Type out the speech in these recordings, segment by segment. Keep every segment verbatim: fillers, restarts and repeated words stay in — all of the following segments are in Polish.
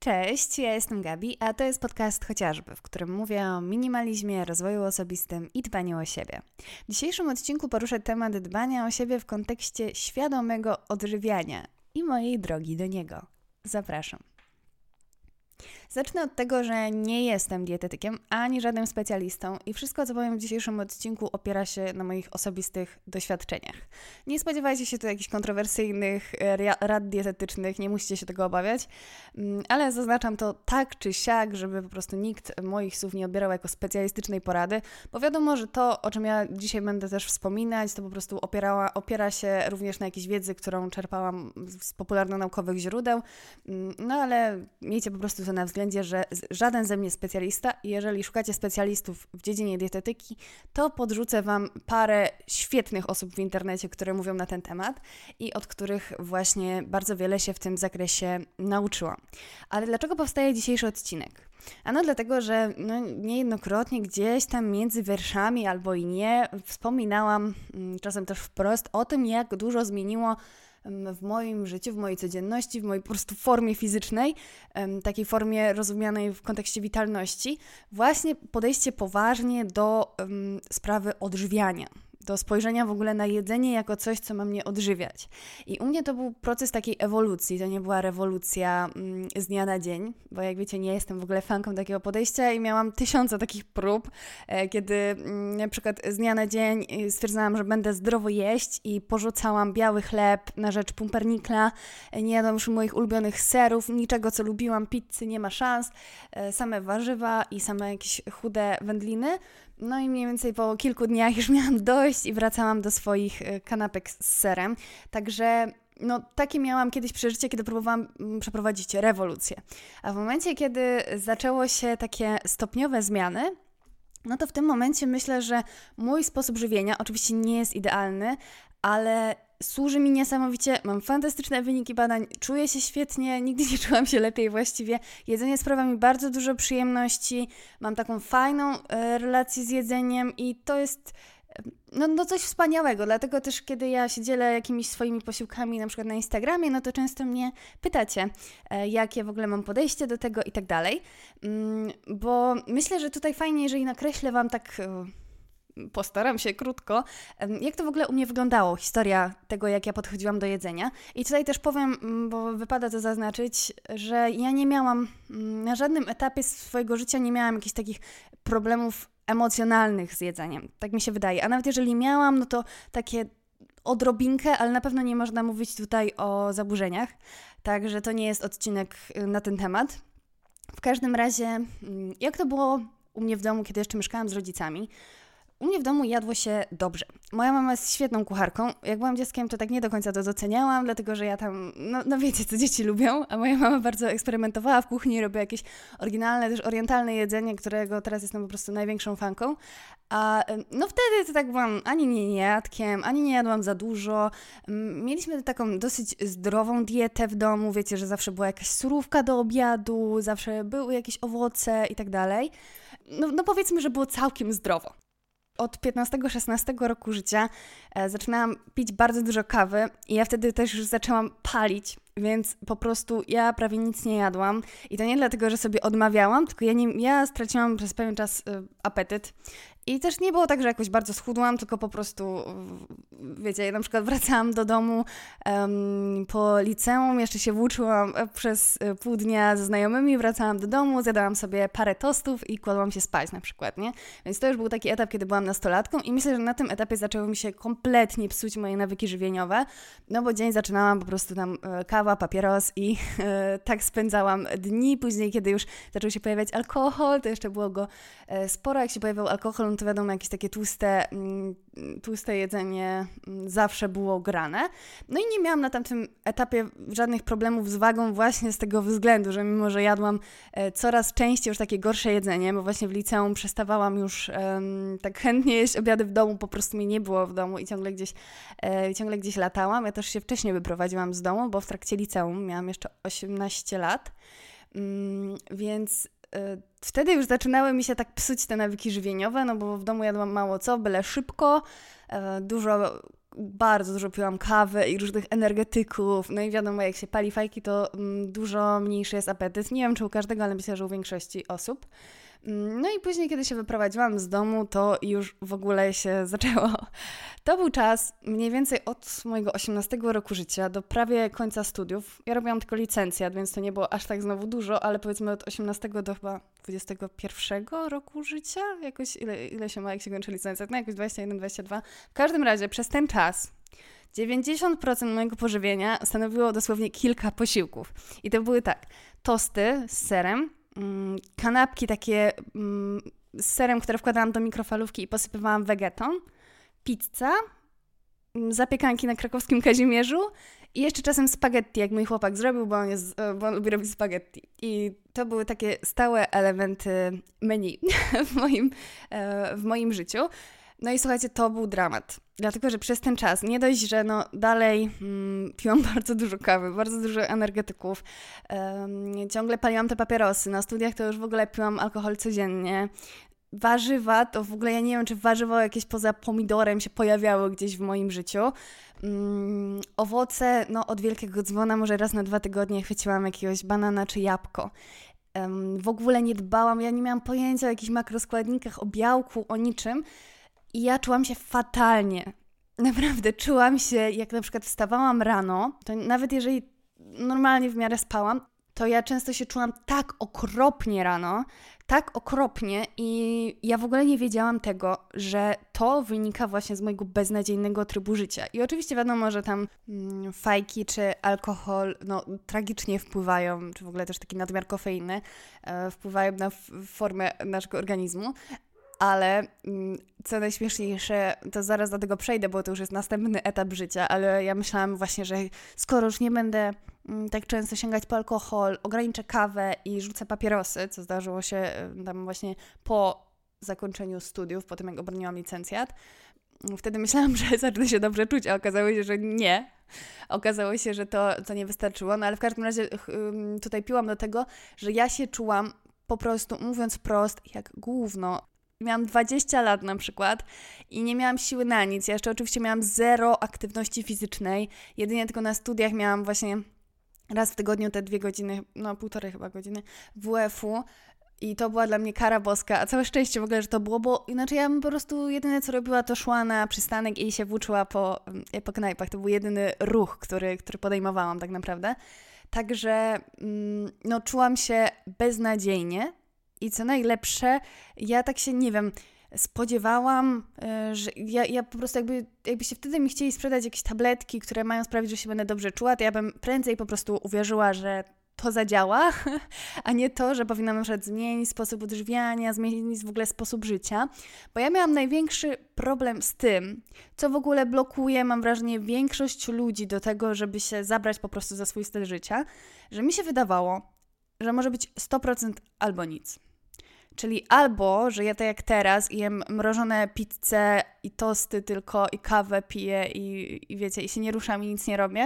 Cześć, ja jestem Gabi, a to jest podcast Chociażby, w którym mówię o minimalizmie, rozwoju osobistym i dbaniu o siebie. W dzisiejszym odcinku poruszę temat dbania o siebie w kontekście świadomego odżywiania i mojej drogi do niego. Zapraszam. Zacznę od tego, że nie jestem dietetykiem, ani żadnym specjalistą i wszystko, co powiem w dzisiejszym odcinku, opiera się na moich osobistych doświadczeniach. Nie spodziewajcie się tu jakichś kontrowersyjnych rad dietetycznych, nie musicie się tego obawiać, ale zaznaczam to tak czy siak, żeby po prostu nikt moich słów nie odbierał jako specjalistycznej porady, bo wiadomo, że to, o czym ja dzisiaj będę też wspominać, to po prostu opierała, opiera się również na jakiejś wiedzy, którą czerpałam z popularno-naukowych źródeł, no ale miejcie po prostu to na względzie, że żaden ze mnie specjalista i jeżeli szukacie specjalistów w dziedzinie dietetyki, to podrzucę Wam parę świetnych osób w internecie, które mówią na ten temat i od których właśnie bardzo wiele się w tym zakresie nauczyłam. Ale dlaczego powstaje dzisiejszy odcinek? Ano dlatego, że no, niejednokrotnie gdzieś tam między wierszami albo i nie wspominałam, czasem też wprost, o tym, jak dużo zmieniło w moim życiu, w mojej codzienności, w mojej po prostu formie fizycznej, takiej formie rozumianej w kontekście witalności, właśnie podejście poważnie do um, sprawy odżywiania, do spojrzenia w ogóle na jedzenie jako coś, co ma mnie odżywiać. I u mnie to był proces takiej ewolucji, to nie była rewolucja mm, z dnia na dzień, bo jak wiecie, nie jestem w ogóle fanką takiego podejścia i miałam tysiące takich prób, e, kiedy mm, na przykład z dnia na dzień stwierdzałam, że będę zdrowo jeść i porzucałam biały chleb na rzecz pumpernikla, nie jadłam już moich ulubionych serów, niczego, co lubiłam, pizzy, nie ma szans, e, same warzywa i same jakieś chude wędliny. No i mniej więcej po kilku dniach już miałam dość i wracałam do swoich kanapek z serem. Także no, takie miałam kiedyś przeżycie, kiedy próbowałam przeprowadzić rewolucję. A w momencie, kiedy zaczęło się takie stopniowe zmiany, no to w tym momencie myślę, że mój sposób żywienia oczywiście nie jest idealny, ale służy mi niesamowicie, mam fantastyczne wyniki badań, czuję się świetnie, nigdy nie czułam się lepiej właściwie. Jedzenie sprawia mi bardzo dużo przyjemności, mam taką fajną e, relację z jedzeniem i to jest no, no coś wspaniałego, dlatego też kiedy ja się dzielę jakimiś swoimi posiłkami na przykład na Instagramie, no to często mnie pytacie, e, jakie w ogóle mam podejście do tego i tak dalej, mm, bo myślę, że tutaj fajnie, jeżeli nakreślę Wam tak... E, Postaram się krótko, jak to w ogóle u mnie wyglądało, historia tego, jak ja podchodziłam do jedzenia. I tutaj też powiem, bo wypada to zaznaczyć, że ja nie miałam, na żadnym etapie swojego życia nie miałam jakichś takich problemów emocjonalnych z jedzeniem. Tak mi się wydaje. A nawet jeżeli miałam, no to takie odrobinkę, ale na pewno nie można mówić tutaj o zaburzeniach. Także to nie jest odcinek na ten temat. W każdym razie, jak to było u mnie w domu, kiedy jeszcze mieszkałam z rodzicami, u mnie w domu jadło się dobrze. Moja mama jest świetną kucharką. Jak byłam dzieckiem, to tak nie do końca to doceniałam, dlatego że ja tam, no, no wiecie, co dzieci lubią, a moja mama bardzo eksperymentowała w kuchni, robiła jakieś oryginalne, też orientalne jedzenie, którego teraz jestem po prostu największą fanką. A no wtedy to tak byłam ani nie jadkiem, ani nie jadłam za dużo. Mieliśmy taką dosyć zdrową dietę w domu, wiecie, że zawsze była jakaś surówka do obiadu, zawsze były jakieś owoce i tak dalej. No, no powiedzmy, że było całkiem zdrowo. Od piętnastego szesnastego roku życia e, zaczynałam pić bardzo dużo kawy i ja wtedy też już zaczęłam palić, więc po prostu ja prawie nic nie jadłam i to nie dlatego, że sobie odmawiałam, tylko ja, nie, ja straciłam przez pewien czas y, apetyt. I też nie było tak, że jakoś bardzo schudłam, tylko po prostu, wiecie, ja na przykład wracałam do domu um, po liceum, jeszcze się włóczyłam przez pół dnia ze znajomymi, wracałam do domu, zjadałam sobie parę tostów i kładłam się spać na przykład, nie? Więc to już był taki etap, kiedy byłam nastolatką i myślę, że na tym etapie zaczęły mi się kompletnie psuć moje nawyki żywieniowe, no bo dzień zaczynałam po prostu tam e, kawa, papieros i e, tak spędzałam dni. Później, kiedy już zaczął się pojawiać alkohol, to jeszcze było go e, sporo, jak się pojawiał alkohol, to wiadomo, jakieś takie tłuste, tłuste jedzenie zawsze było grane. No i nie miałam na tamtym etapie żadnych problemów z wagą właśnie z tego względu, że mimo, że jadłam coraz częściej już takie gorsze jedzenie, bo właśnie w liceum przestawałam już um, tak chętnie jeść obiady w domu, po prostu mi nie było w domu i ciągle gdzieś, e, ciągle gdzieś latałam. Ja też się wcześniej wyprowadziłam z domu, bo w trakcie liceum miałam jeszcze osiemnaście lat, um, więc wtedy już zaczynały mi się tak psuć te nawyki żywieniowe, no bo w domu jadłam mało co, byle szybko, dużo bardzo dużo piłam kawy i różnych energetyków, no i wiadomo, jak się pali fajki, to mm, dużo mniejszy jest apetyt. Nie wiem, czy u każdego, ale myślę, że u większości osób. No i później, kiedy się wyprowadziłam z domu, to już w ogóle się zaczęło. To był czas mniej więcej od mojego osiemnastego roku życia do prawie końca studiów. Ja robiłam tylko licencjat, więc to nie było aż tak znowu dużo, ale powiedzmy od osiemnastego do chyba dwudziestego pierwszego roku życia? Jakoś ile, ile się ma, jak się kończy licencjat? No jakoś dwadzieścia jeden dwadzieścia dwa. W każdym razie przez ten czas dziewięćdziesiąt procent mojego pożywienia stanowiło dosłownie kilka posiłków. I to były tak, tosty z serem, kanapki takie z serem, które wkładałam do mikrofalówki i posypywałam wegetą, pizza, zapiekanki na krakowskim Kazimierzu i jeszcze czasem spaghetti, jak mój chłopak zrobił, bo on, jest, bo on lubi robić spaghetti. I to były takie stałe elementy menu w moim, w moim życiu. No i słuchajcie, to był dramat. Dlatego, że przez ten czas nie dość, że no dalej mm, piłam bardzo dużo kawy, bardzo dużo energetyków, um, ciągle paliłam te papierosy. Na studiach to już w ogóle piłam alkohol codziennie. Warzywa, to w ogóle ja nie wiem, czy warzywo jakieś poza pomidorem się pojawiały gdzieś w moim życiu. Um, owoce, no od wielkiego dzwona może raz na dwa tygodnie chwyciłam jakiegoś banana czy jabłko. Um, w ogóle nie dbałam, ja nie miałam pojęcia o jakichś makroskładnikach, o białku, o niczym. I ja czułam się fatalnie. Naprawdę czułam się, jak na przykład wstawałam rano, to nawet jeżeli normalnie w miarę spałam, to ja często się czułam tak okropnie rano, tak okropnie i ja w ogóle nie wiedziałam tego, że to wynika właśnie z mojego beznadziejnego trybu życia. I oczywiście wiadomo, że tam mm, fajki czy alkohol no, tragicznie wpływają, czy w ogóle też taki nadmiar kofeiny e, wpływają na f- formę naszego organizmu. Ale co najśmieszniejsze, to zaraz do tego przejdę, bo to już jest następny etap życia, ale ja myślałam właśnie, że skoro już nie będę tak często sięgać po alkohol, ograniczę kawę i rzucę papierosy, co zdarzyło się tam właśnie po zakończeniu studiów, po tym jak obroniłam licencjat, wtedy myślałam, że zacznę się dobrze czuć, a okazało się, że nie. Okazało się, że to, to nie wystarczyło, no ale w każdym razie tutaj piłam do tego, że ja się czułam po prostu, mówiąc wprost, jak gówno. Miałam dwadzieścia lat na przykład i nie miałam siły na nic. Ja jeszcze oczywiście miałam zero aktywności fizycznej. Jedynie tylko na studiach miałam właśnie raz w tygodniu te dwie godziny, no półtorej chyba godziny W F-u i to była dla mnie kara boska, a całe szczęście w ogóle, że to było, bo inaczej ja bym po prostu jedyne co robiła, to szła na przystanek i się włóczyła po, po knajpach. To był jedyny ruch, który, który podejmowałam tak naprawdę. Także no czułam się beznadziejnie. I co najlepsze, ja tak się, nie wiem, spodziewałam, że ja, ja po prostu jakby, jakbyście wtedy mi chcieli sprzedać jakieś tabletki, które mają sprawić, że się będę dobrze czuła, to ja bym prędzej po prostu uwierzyła, że to zadziała, a nie to, że powinnam na przykład zmienić sposób odżywiania, zmienić w ogóle sposób życia, bo ja miałam największy problem z tym, co w ogóle blokuje, mam wrażenie, większość ludzi do tego, żeby się zabrać po prostu za swój styl życia, że mi się wydawało, że może być sto procent albo nic. Czyli albo, że ja tak jak teraz jem mrożone pizze i tosty tylko i kawę piję i, i wiecie, i się nie ruszam i nic nie robię.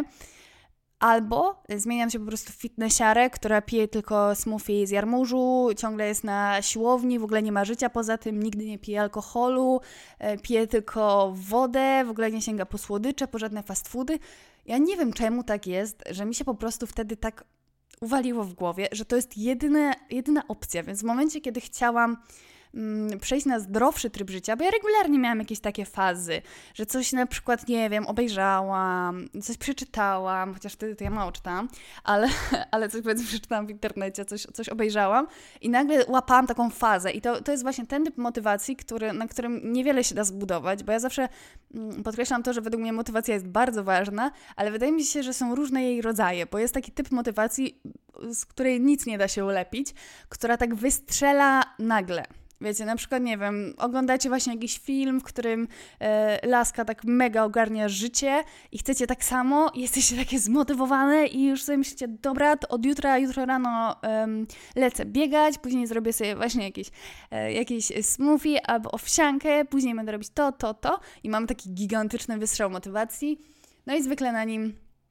Albo zmieniam się po prostu w fitnessiarę, która pije tylko smoothie z jarmużu, ciągle jest na siłowni, w ogóle nie ma życia poza tym, nigdy nie pije alkoholu, pije tylko wodę, w ogóle nie sięga po słodycze, po żadne fast foody. Ja nie wiem, czemu tak jest, że mi się po prostu wtedy tak uwaliło w głowie, że to jest jedyne, jedyna opcja, więc w momencie, kiedy chciałam mm, przejść na zdrowszy tryb życia, bo ja regularnie miałam jakieś takie fazy, że coś na przykład, nie wiem, obejrzałam, coś przeczytałam, chociaż wtedy to ja mało czytałam, ale, ale coś powiedzmy przeczytałam w internecie, coś, coś obejrzałam i nagle łapałam taką fazę i to, to jest właśnie ten typ motywacji, który, na którym niewiele się da zbudować, bo ja zawsze mm, podkreślam to, że według mnie motywacja jest bardzo ważna, ale wydaje mi się, że są różne jej rodzaje, bo jest taki typ motywacji, z której nic nie da się ulepić, która tak wystrzela nagle. Wiecie, na przykład, nie wiem, oglądacie właśnie jakiś film, w którym e, laska tak mega ogarnia życie i chcecie tak samo, i jesteście takie zmotywowane i już sobie myślicie, dobra, to od jutra, jutro rano um, lecę biegać, później zrobię sobie właśnie jakieś, e, jakieś smoothie albo owsiankę, później będę robić to, to, to i mam taki gigantyczny wystrzał motywacji, no i zwykle na nim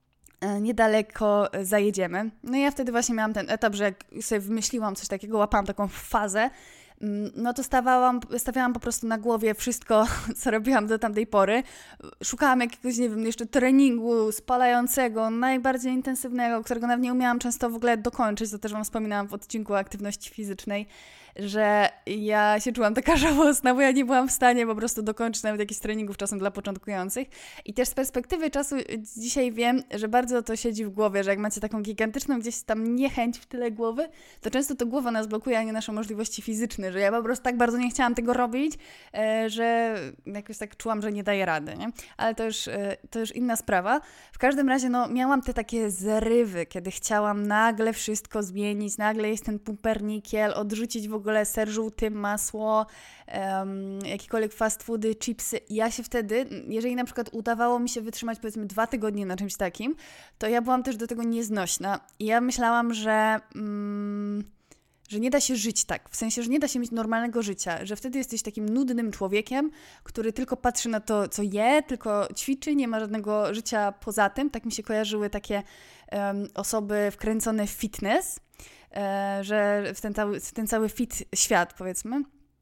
niedaleko zajedziemy. No i ja wtedy właśnie miałam ten etap, że jak sobie wymyśliłam coś takiego, łapałam taką fazę, no to stawałam, stawiałam po prostu na głowie wszystko, co robiłam do tamtej pory. Szukałam jakiegoś, nie wiem, jeszcze treningu spalającego, najbardziej intensywnego, którego nawet nie umiałam często w ogóle dokończyć. To też Wam wspominałam w odcinku o aktywności fizycznej, że ja się czułam taka żałosna, bo ja nie byłam w stanie po prostu dokończyć nawet jakichś treningów czasem dla początkujących. I też z perspektywy czasu dzisiaj wiem, że bardzo to siedzi w głowie, że jak macie taką gigantyczną gdzieś tam niechęć w tyle głowy, to często to głowa nas blokuje, a nie nasze możliwości fizyczne, że ja po prostu tak bardzo nie chciałam tego robić, że jakoś tak czułam, że nie daję rady, nie? Ale to już, to już inna sprawa. W każdym razie no, miałam te takie zrywy, kiedy chciałam nagle wszystko zmienić, nagle jest ten pumpernikiel, odrzucić w ogóle ser żółty, masło, um, jakiekolwiek fast foody, chipsy. I ja się wtedy, jeżeli na przykład udawało mi się wytrzymać powiedzmy dwa tygodnie na czymś takim, to ja byłam też do tego nieznośna. I ja myślałam, że... Mm, że nie da się żyć tak, w sensie, że nie da się mieć normalnego życia, że wtedy jesteś takim nudnym człowiekiem, który tylko patrzy na to, co je, tylko ćwiczy, nie ma żadnego życia poza tym. Tak mi się kojarzyły takie um, osoby wkręcone w fitness, e, że w ten, cały, w ten cały fit świat, powiedzmy.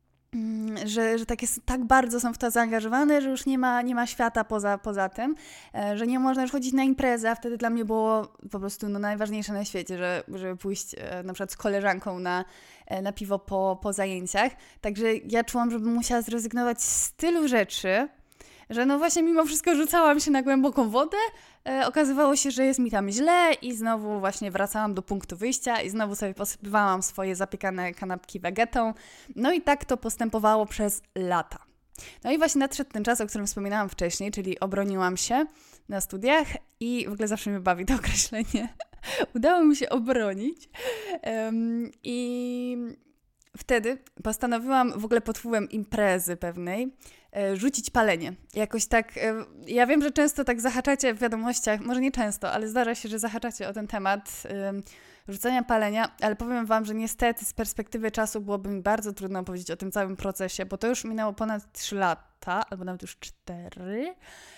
Że, że tak, jest, tak bardzo są w to zaangażowane, że już nie ma, nie ma świata poza, poza tym, że nie można już chodzić na imprezę, a wtedy dla mnie było po prostu no, najważniejsze na świecie, że, żeby pójść na przykład z koleżanką na, na piwo po, po zajęciach. Także ja czułam, że bym musiała zrezygnować z tylu rzeczy, że no właśnie mimo wszystko rzucałam się na głęboką wodę, e, okazywało się, że jest mi tam źle i znowu właśnie wracałam do punktu wyjścia i znowu sobie posypywałam swoje zapiekane kanapki wegetą. No i tak to postępowało przez lata. No i właśnie nadszedł ten czas, o którym wspominałam wcześniej, czyli obroniłam się na studiach i w ogóle zawsze mnie bawi to określenie. Udało mi się obronić um, i... Wtedy postanowiłam w ogóle pod wpływem imprezy pewnej e, rzucić palenie. Jakoś tak, e, ja wiem, że często tak zahaczacie w wiadomościach, może nie często, ale zdarza się, że zahaczacie o ten temat e, rzucania palenia, ale powiem Wam, że niestety z perspektywy czasu byłoby mi bardzo trudno opowiedzieć o tym całym procesie, bo to już minęło ponad trzy lata, albo nawet już cztery.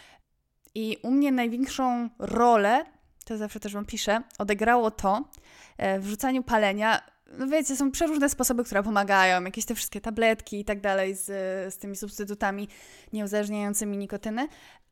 I u mnie największą rolę, to zawsze też Wam piszę, odegrało to e, w rzucaniu palenia. No wiecie, są przeróżne sposoby, które pomagają, jakieś te wszystkie tabletki i tak dalej z, z tymi substytutami nieuzależniającymi nikotyny.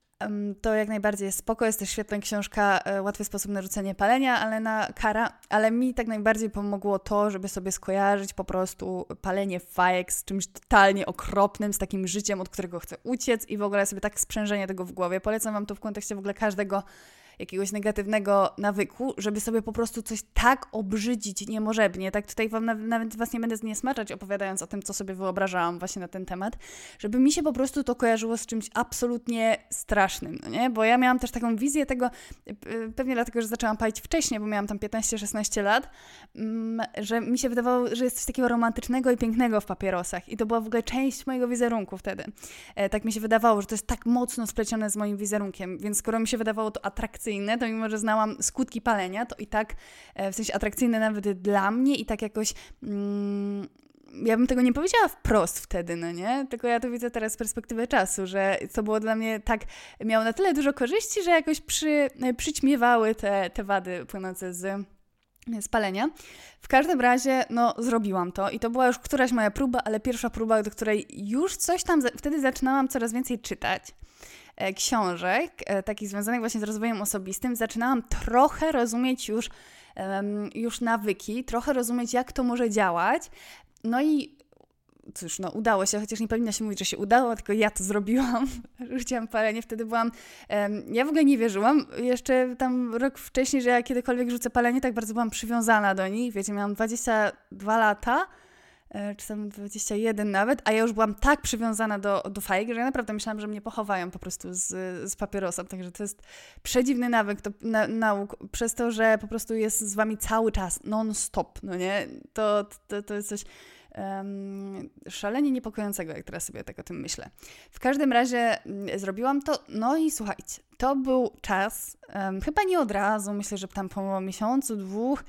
To jak najbardziej jest spoko, jest też świetna książka Łatwy sposób na rzucenie palenia, ale na kara, ale mi tak najbardziej pomogło to, żeby sobie skojarzyć po prostu palenie fajek z czymś totalnie okropnym, z takim życiem, od którego chcę uciec i w ogóle sobie tak sprzężenie tego w głowie. Polecam Wam to w kontekście w ogóle każdego jakiegoś negatywnego nawyku, żeby sobie po prostu coś tak obrzydzić niemożebnie. Tak tutaj wam nawet, nawet Was nie będę zniesmaczać, opowiadając o tym, co sobie wyobrażałam właśnie na ten temat, żeby mi się po prostu to kojarzyło z czymś absolutnie strasznym, no nie? Bo ja miałam też taką wizję tego, pewnie dlatego, że zaczęłam palić wcześniej, bo miałam tam piętnaście szesnaście lat, że mi się wydawało, że jest coś takiego romantycznego i pięknego w papierosach i to była w ogóle część mojego wizerunku wtedy. Tak mi się wydawało, że to jest tak mocno splecione z moim wizerunkiem, więc skoro mi się wydawało to atrakcyjne, to mimo, że znałam skutki palenia, to i tak w sensie atrakcyjne nawet dla mnie i tak jakoś mm, ja bym tego nie powiedziała wprost wtedy, no nie? Tylko ja to widzę teraz z perspektywy czasu, że to było dla mnie tak, miało na tyle dużo korzyści, że jakoś przy, przyćmiewały te, te wady płynące z spalenia. W każdym razie, no, zrobiłam to i to była już któraś moja próba, ale pierwsza próba, do której już coś tam, wtedy zaczynałam coraz więcej czytać książek, takich związanych właśnie z rozwojem osobistym, zaczynałam trochę rozumieć już, um, już nawyki, trochę rozumieć, jak to może działać. No i cóż, no udało się, chociaż nie powinno się mówić, że się udało, tylko ja to zrobiłam. Rzuciłam palenie, wtedy byłam, um, ja w ogóle nie wierzyłam, jeszcze tam rok wcześniej, że ja kiedykolwiek rzucę palenie, tak bardzo byłam przywiązana do nich, wiecie, miałam dwadzieścia dwa lata, czy tam dwadzieścia jeden nawet, a ja już byłam tak przywiązana do, do fajek, że ja naprawdę myślałam, że mnie pochowają po prostu z, z papierosa, także to jest przedziwny nawyk to, na, nauk, przez to, że po prostu jest z wami cały czas, non-stop, no nie? To, to, to jest coś um, szalenie niepokojącego, jak teraz sobie tak o tym myślę. W każdym razie m, zrobiłam to, no i słuchajcie, to był czas, um, chyba nie od razu, myślę, że tam po miesiącu, dwóch,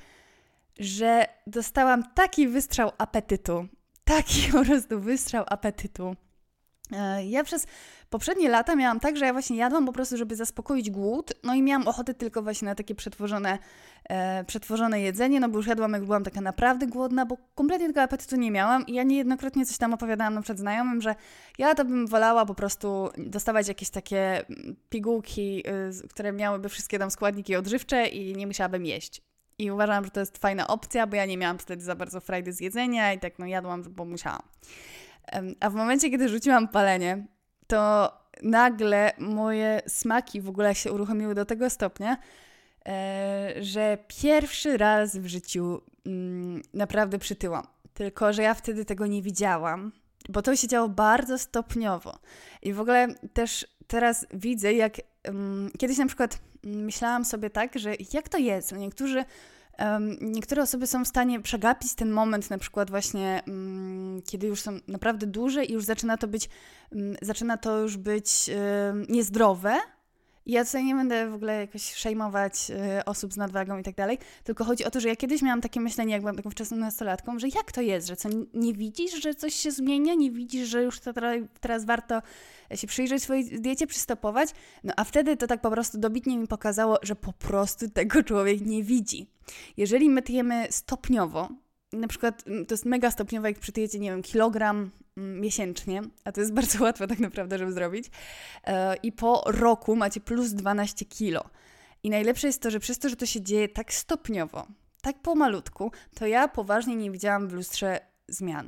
że dostałam taki wystrzał apetytu, taki po prostu wystrzał apetytu, Ja przez poprzednie lata miałam tak, że ja właśnie jadłam po prostu, żeby zaspokoić głód, no i miałam ochotę tylko właśnie na takie przetworzone, e, przetworzone jedzenie, no bo już jadłam, jak byłam taka naprawdę głodna, bo kompletnie tego apetytu nie miałam i ja niejednokrotnie coś tam opowiadałam no przed znajomym, że ja to bym wolała po prostu dostawać jakieś takie pigułki, y, które miałyby wszystkie tam składniki odżywcze i nie musiałabym jeść. I uważałam, że to jest fajna opcja, bo ja nie miałam wtedy za bardzo frajdy z jedzenia i tak no jadłam, bo musiałam. A w momencie, kiedy rzuciłam palenie, to nagle moje smaki w ogóle się uruchomiły do tego stopnia, że pierwszy raz w życiu naprawdę przytyłam. Tylko że ja wtedy tego nie widziałam, bo to się działo bardzo stopniowo. I w ogóle też teraz widzę, jak um, kiedyś na przykład myślałam sobie tak, że jak to jest, niektórzy Um, niektóre osoby są w stanie przegapić ten moment, na przykład właśnie, um, kiedy już są naprawdę duże i już zaczyna to być, um, zaczyna to już być um, niezdrowe. I ja tutaj nie będę w ogóle jakoś szejmować y, osób z nadwagą i tak dalej, tylko chodzi o to, że ja kiedyś miałam takie myślenie, jak byłam taką wczesną nastolatką, że jak to jest, że co, nie widzisz, że coś się zmienia, nie widzisz, że już to tra- teraz warto się przyjrzeć swojej diecie, przystopować, no a wtedy to tak po prostu dobitnie mi pokazało, że po prostu tego człowiek nie widzi. Jeżeli my jemy stopniowo, na przykład to jest mega stopniowo, jak przytyjecie, nie wiem, kilogram miesięcznie, a to jest bardzo łatwe tak naprawdę, żeby zrobić, i po roku macie plus dwanaście kilo. I najlepsze jest to, że przez to, że to się dzieje tak stopniowo, tak pomalutku, to ja poważnie nie widziałam w lustrze zmiany.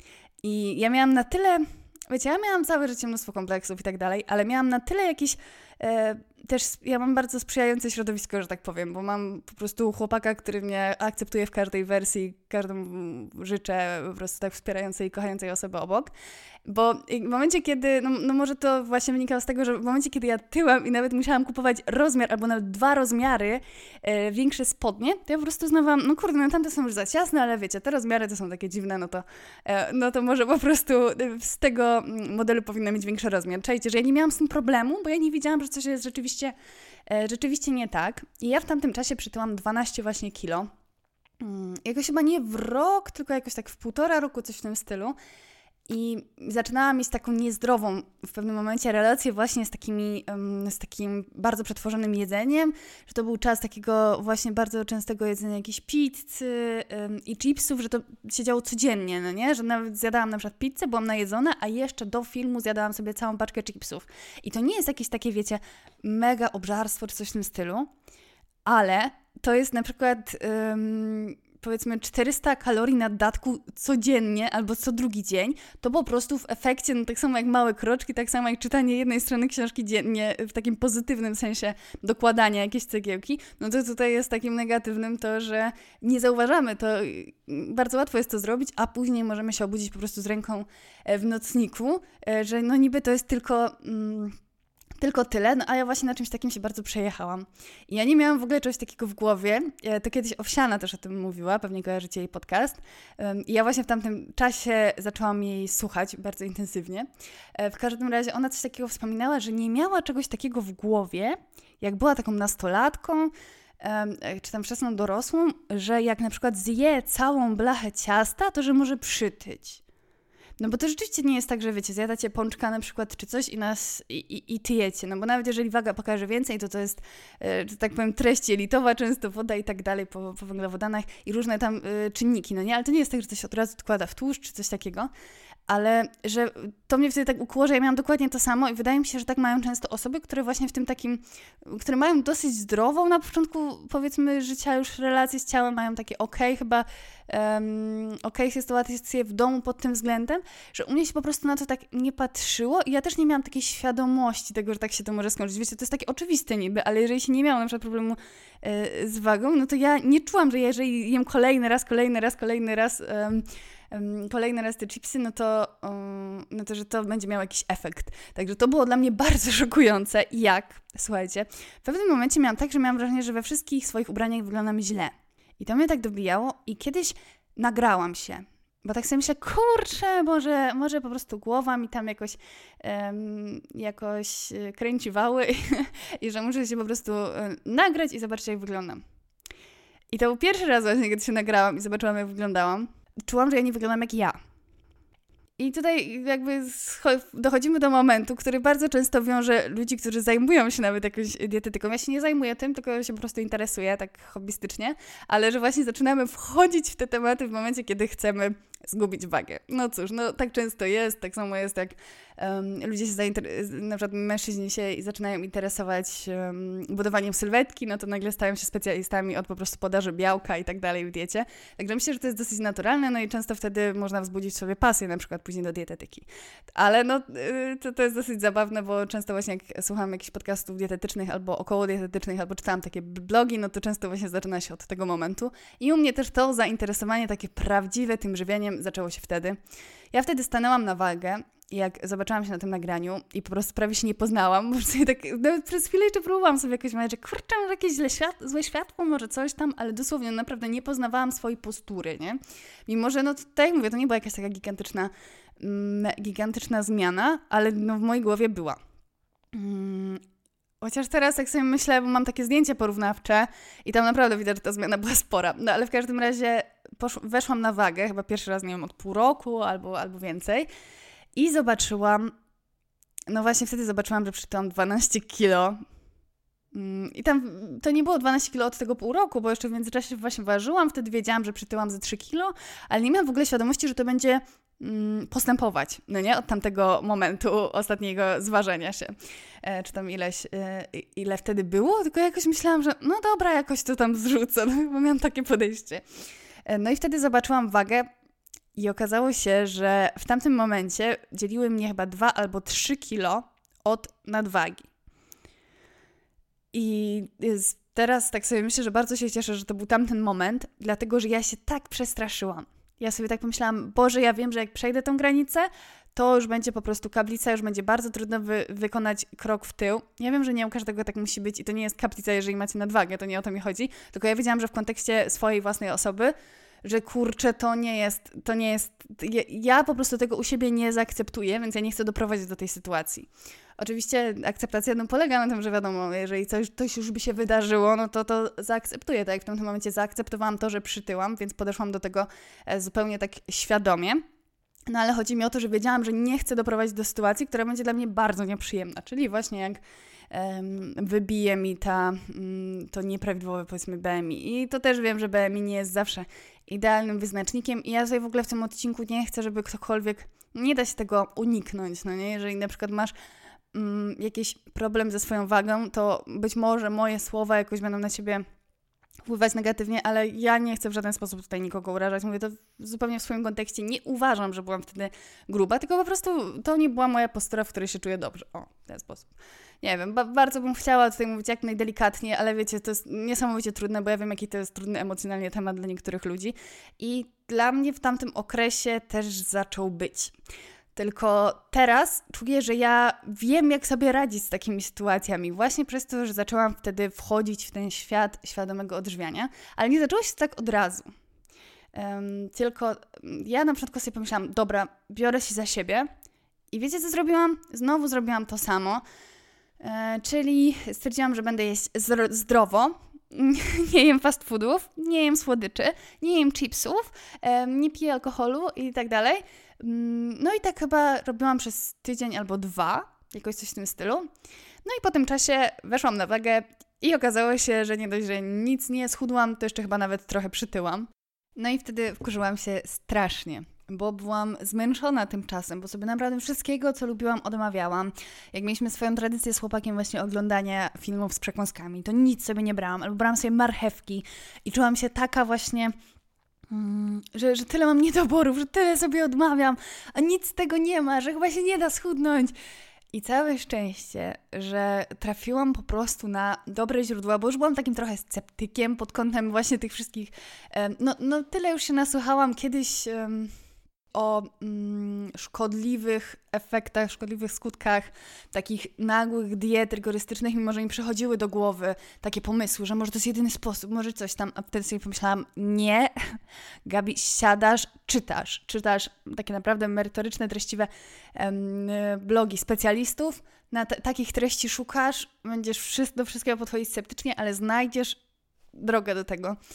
I ja miałam na tyle, wiecie, ja miałam całe życie mnóstwo kompleksów i tak dalej, ale miałam na tyle jakieś e, też, ja mam bardzo sprzyjające środowisko, że tak powiem, bo mam po prostu chłopaka, który mnie akceptuje w każdej wersji, każdą życzę po prostu tak wspierającej i kochającej osoby obok. Bo w momencie, kiedy, no, no może to właśnie wynikało z tego, że w momencie, kiedy ja tyłam i nawet musiałam kupować rozmiar albo nawet dwa rozmiary e, większe spodnie, to ja po prostu znawałam, no kurde, no tamte są już za ciasne, ale wiecie, te rozmiary to są takie dziwne, no to, e, no to może po prostu z tego modelu powinna mieć większy rozmiar. Czajcie, że ja nie miałam z tym problemu, bo ja nie wiedziałam, że coś jest rzeczywiście, e, rzeczywiście nie tak. I ja w tamtym czasie przytyłam dwanaście właśnie kilo. Hmm, jakoś chyba nie w rok, tylko jakoś tak w półtora roku, coś w tym stylu. I zaczynałam mieć taką niezdrową w pewnym momencie relację właśnie z, takimi, um, z takim bardzo przetworzonym jedzeniem, że to był czas takiego właśnie bardzo częstego jedzenia jakiejś pizzy um, i chipsów, że to się działo codziennie, no nie? Że nawet zjadałam na przykład pizzę, byłam najedzona, a jeszcze do filmu zjadałam sobie całą paczkę chipsów. I to nie jest jakieś takie, wiecie, mega obżarstwo czy coś w tym stylu, ale to jest na przykład... Um, powiedzmy czterysta kalorii na datku codziennie albo co drugi dzień, to po prostu w efekcie, no tak samo jak małe kroczki, tak samo jak czytanie jednej strony książki dziennie, w takim pozytywnym sensie dokładania jakiejś cegiełki, no to tutaj jest takim negatywnym to, że nie zauważamy, to bardzo łatwo jest to zrobić, a później możemy się obudzić po prostu z ręką w nocniku, że no niby to jest tylko... Mm, Tylko tyle, no a ja właśnie na czymś takim się bardzo przejechałam. I ja nie miałam w ogóle czegoś takiego w głowie. To kiedyś Owsiana też o tym mówiła, pewnie kojarzycie jej podcast. I ja właśnie w tamtym czasie zaczęłam jej słuchać bardzo intensywnie. W każdym razie ona coś takiego wspominała, że nie miała czegoś takiego w głowie, jak była taką nastolatką, czy tam wczesną dorosłą, że jak na przykład zje całą blachę ciasta, to że może przytyć. No bo to rzeczywiście nie jest tak, że wiecie, zjadacie pączka na przykład czy coś i nas i, i, i tyjecie, no bo nawet jeżeli waga pokaże więcej, to to jest, e, że tak powiem, treść jelitowa, często woda i tak dalej po, po węglowodanach i różne tam e, czynniki, no nie? Ale to nie jest tak, że to się od razu odkłada w tłuszcz czy coś takiego, ale że to mnie wtedy tak ukuło, że ja miałam dokładnie to samo i wydaje mi się, że tak mają często osoby, które właśnie w tym takim, które mają dosyć zdrową na początku, powiedzmy, życia już relacje z ciałem, mają takie okej, chyba um, okej sytuacje w domu pod tym względem, że u mnie się po prostu na to tak nie patrzyło i ja też nie miałam takiej świadomości tego, że tak się to może skończyć. Wiecie, to jest takie oczywiste niby, ale jeżeli się nie miało na przykład problemu e, z wagą, no to ja nie czułam, że jeżeli jem kolejny raz, kolejny raz, kolejny raz um, kolejny raz te chipsy, no to, um, no to, że to będzie miało jakiś efekt. Także to było dla mnie bardzo szokujące. I jak? Słuchajcie, w pewnym momencie miałam tak, że miałam wrażenie, że we wszystkich swoich ubraniach wyglądam źle. I to mnie tak dobijało i kiedyś nagrałam się. Bo tak sobie myślę, kurczę, może, może po prostu głowa mi tam jakoś, um, jakoś kręci wały i, i że muszę się po prostu um, nagrać i zobaczyć, jak wyglądam. I to był pierwszy raz właśnie, kiedy się nagrałam i zobaczyłam, jak wyglądałam. Czułam, że ja nie wyglądam jak ja. I tutaj jakby dochodzimy do momentu, który bardzo często wiąże ludzi, którzy zajmują się nawet jakąś dietetyką. Ja się nie zajmuję tym, tylko się po prostu interesuję tak hobbystycznie, ale że właśnie zaczynamy wchodzić w te tematy w momencie, kiedy chcemy zgubić wagę. No cóż, no tak często jest, tak samo jest jak um, ludzie się zainteresują, na przykład mężczyźni się zaczynają interesować um, budowaniem sylwetki, no to nagle stają się specjalistami od po prostu podaży białka i tak dalej w diecie. Także myślę, że to jest dosyć naturalne, no i często wtedy można wzbudzić w sobie pasję, na przykład później do dietetyki. Ale no to, to jest dosyć zabawne, bo często właśnie jak słucham jakichś podcastów dietetycznych albo około dietetycznych, albo czytałam takie blogi, no to często właśnie zaczyna się od tego momentu. I u mnie też to zainteresowanie takie prawdziwe tym żywieniem zaczęło się wtedy. Ja wtedy stanęłam na wagę i jak zobaczyłam się na tym nagraniu i po prostu prawie się nie poznałam, bo sobie tak, nawet przez chwilę jeszcze próbowałam sobie jakoś myśleć, że kurczę, może jakieś źle świat, złe światło, może coś tam, ale dosłownie naprawdę nie poznawałam swojej postury, nie? Mimo, że no tak jak mówię, to nie była jakaś taka gigantyczna, mm, gigantyczna zmiana, ale no w mojej głowie była. Mm. Chociaż teraz tak sobie myślę, bo mam takie zdjęcie porównawcze i tam naprawdę widać, że ta zmiana była spora. No ale w każdym razie posz- weszłam na wagę, chyba pierwszy raz, nie wiem, od pół roku albo, albo więcej i zobaczyłam, no właśnie wtedy zobaczyłam, że przytyłam dwanaście kilo. I tam to nie było dwanaście kilo od tego pół roku, bo jeszcze w międzyczasie właśnie ważyłam, wtedy wiedziałam, że przytyłam ze trzy kilo, ale nie miałam w ogóle świadomości, że to będzie postępować, no nie? Od tamtego momentu ostatniego zważenia się. E, czy tam ileś, e, ile wtedy było, tylko jakoś myślałam, że no dobra, jakoś to tam zrzucę, no, bo miałam takie podejście. E, no i wtedy zobaczyłam wagę i okazało się, że w tamtym momencie dzieliły mnie chyba dwa albo trzy kilo od nadwagi. I teraz tak sobie myślę, że bardzo się cieszę, że to był tamten moment, dlatego, że ja się tak przestraszyłam. Ja sobie tak pomyślałam, Boże, ja wiem, że jak przejdę tą granicę, to już będzie po prostu kaplica, już będzie bardzo trudno wy- wykonać krok w tył. Ja wiem, że nie u każdego tak musi być i to nie jest kaplica, jeżeli macie nadwagę, to nie o to mi chodzi, tylko ja wiedziałam, że w kontekście swojej własnej osoby, że kurczę, to nie jest, to nie jest, ja, ja po prostu tego u siebie nie zaakceptuję, więc ja nie chcę doprowadzić do tej sytuacji. Oczywiście akceptacja no, polega na tym, że wiadomo, jeżeli coś, coś już by się wydarzyło, no to to zaakceptuję, tak jak w tym momencie zaakceptowałam to, że przytyłam, więc podeszłam do tego zupełnie tak świadomie. No ale chodzi mi o to, że wiedziałam, że nie chcę doprowadzić do sytuacji, która będzie dla mnie bardzo nieprzyjemna, czyli właśnie jak um, wybije mi ta, um, to nieprawidłowe powiedzmy B M I. I to też wiem, że B M I nie jest zawsze idealnym wyznacznikiem i ja sobie w ogóle w tym odcinku nie chcę, żeby ktokolwiek, nie da się tego uniknąć, no nie? Jeżeli na przykład masz um, jakiś problem ze swoją wagą, to być może moje słowa jakoś będą na ciebie wpływać negatywnie, ale ja nie chcę w żaden sposób tutaj nikogo urażać. Mówię to zupełnie w swoim kontekście. Nie uważam, że byłam wtedy gruba, tylko po prostu to nie była moja postura, w której się czuję dobrze. O, w ten sposób. Nie wiem, ba- bardzo bym chciała tutaj mówić jak najdelikatniej, ale wiecie, to jest niesamowicie trudne, bo ja wiem, jaki to jest trudny emocjonalnie temat dla niektórych ludzi. I dla mnie w tamtym okresie też zaczął być. Tylko teraz czuję, że ja wiem, jak sobie radzić z takimi sytuacjami. Właśnie przez to, że zaczęłam wtedy wchodzić w ten świat świadomego odżywiania, ale nie zaczęło się tak od razu. Um, tylko ja na początku sobie pomyślałam, dobra, biorę się za siebie i wiecie, co zrobiłam? Znowu zrobiłam to samo, e, czyli stwierdziłam, że będę jeść zdro- zdrowo, nie jem fast foodów, nie jem słodyczy, nie jem chipsów, e, nie piję alkoholu i tak dalej. No i tak chyba robiłam przez tydzień albo dwa, jakoś coś w tym stylu. No i po tym czasie weszłam na wagę i okazało się, że nie dość, że nic nie schudłam, to jeszcze chyba nawet trochę przytyłam. No i wtedy wkurzyłam się strasznie, bo byłam zmęczona tym czasem, bo sobie naprawdę wszystkiego, co lubiłam, odmawiałam. Jak mieliśmy swoją tradycję z chłopakiem właśnie oglądania filmów z przekąskami, to nic sobie nie brałam, albo brałam sobie marchewki i czułam się taka właśnie... Hmm, że, że tyle mam niedoborów, że tyle sobie odmawiam, a nic z tego nie ma, że chyba się nie da schudnąć. I całe szczęście, że trafiłam po prostu na dobre źródła, bo już byłam takim trochę sceptykiem pod kątem właśnie tych wszystkich... Um, no, no tyle już się nasłuchałam kiedyś um, o um, szkodliwych efektach, szkodliwych skutkach takich nagłych diet rygorystycznych, mimo że mi przychodziły do głowy takie pomysły, że może to jest jedyny sposób, może coś tam, a wtedy sobie pomyślałam, nie, Gabi, siadasz, czytasz, czytasz takie naprawdę merytoryczne, treściwe em, blogi specjalistów, na t- takich treści szukasz, będziesz wszy- do wszystkiego podchodzić sceptycznie, ale znajdziesz drogę do tego.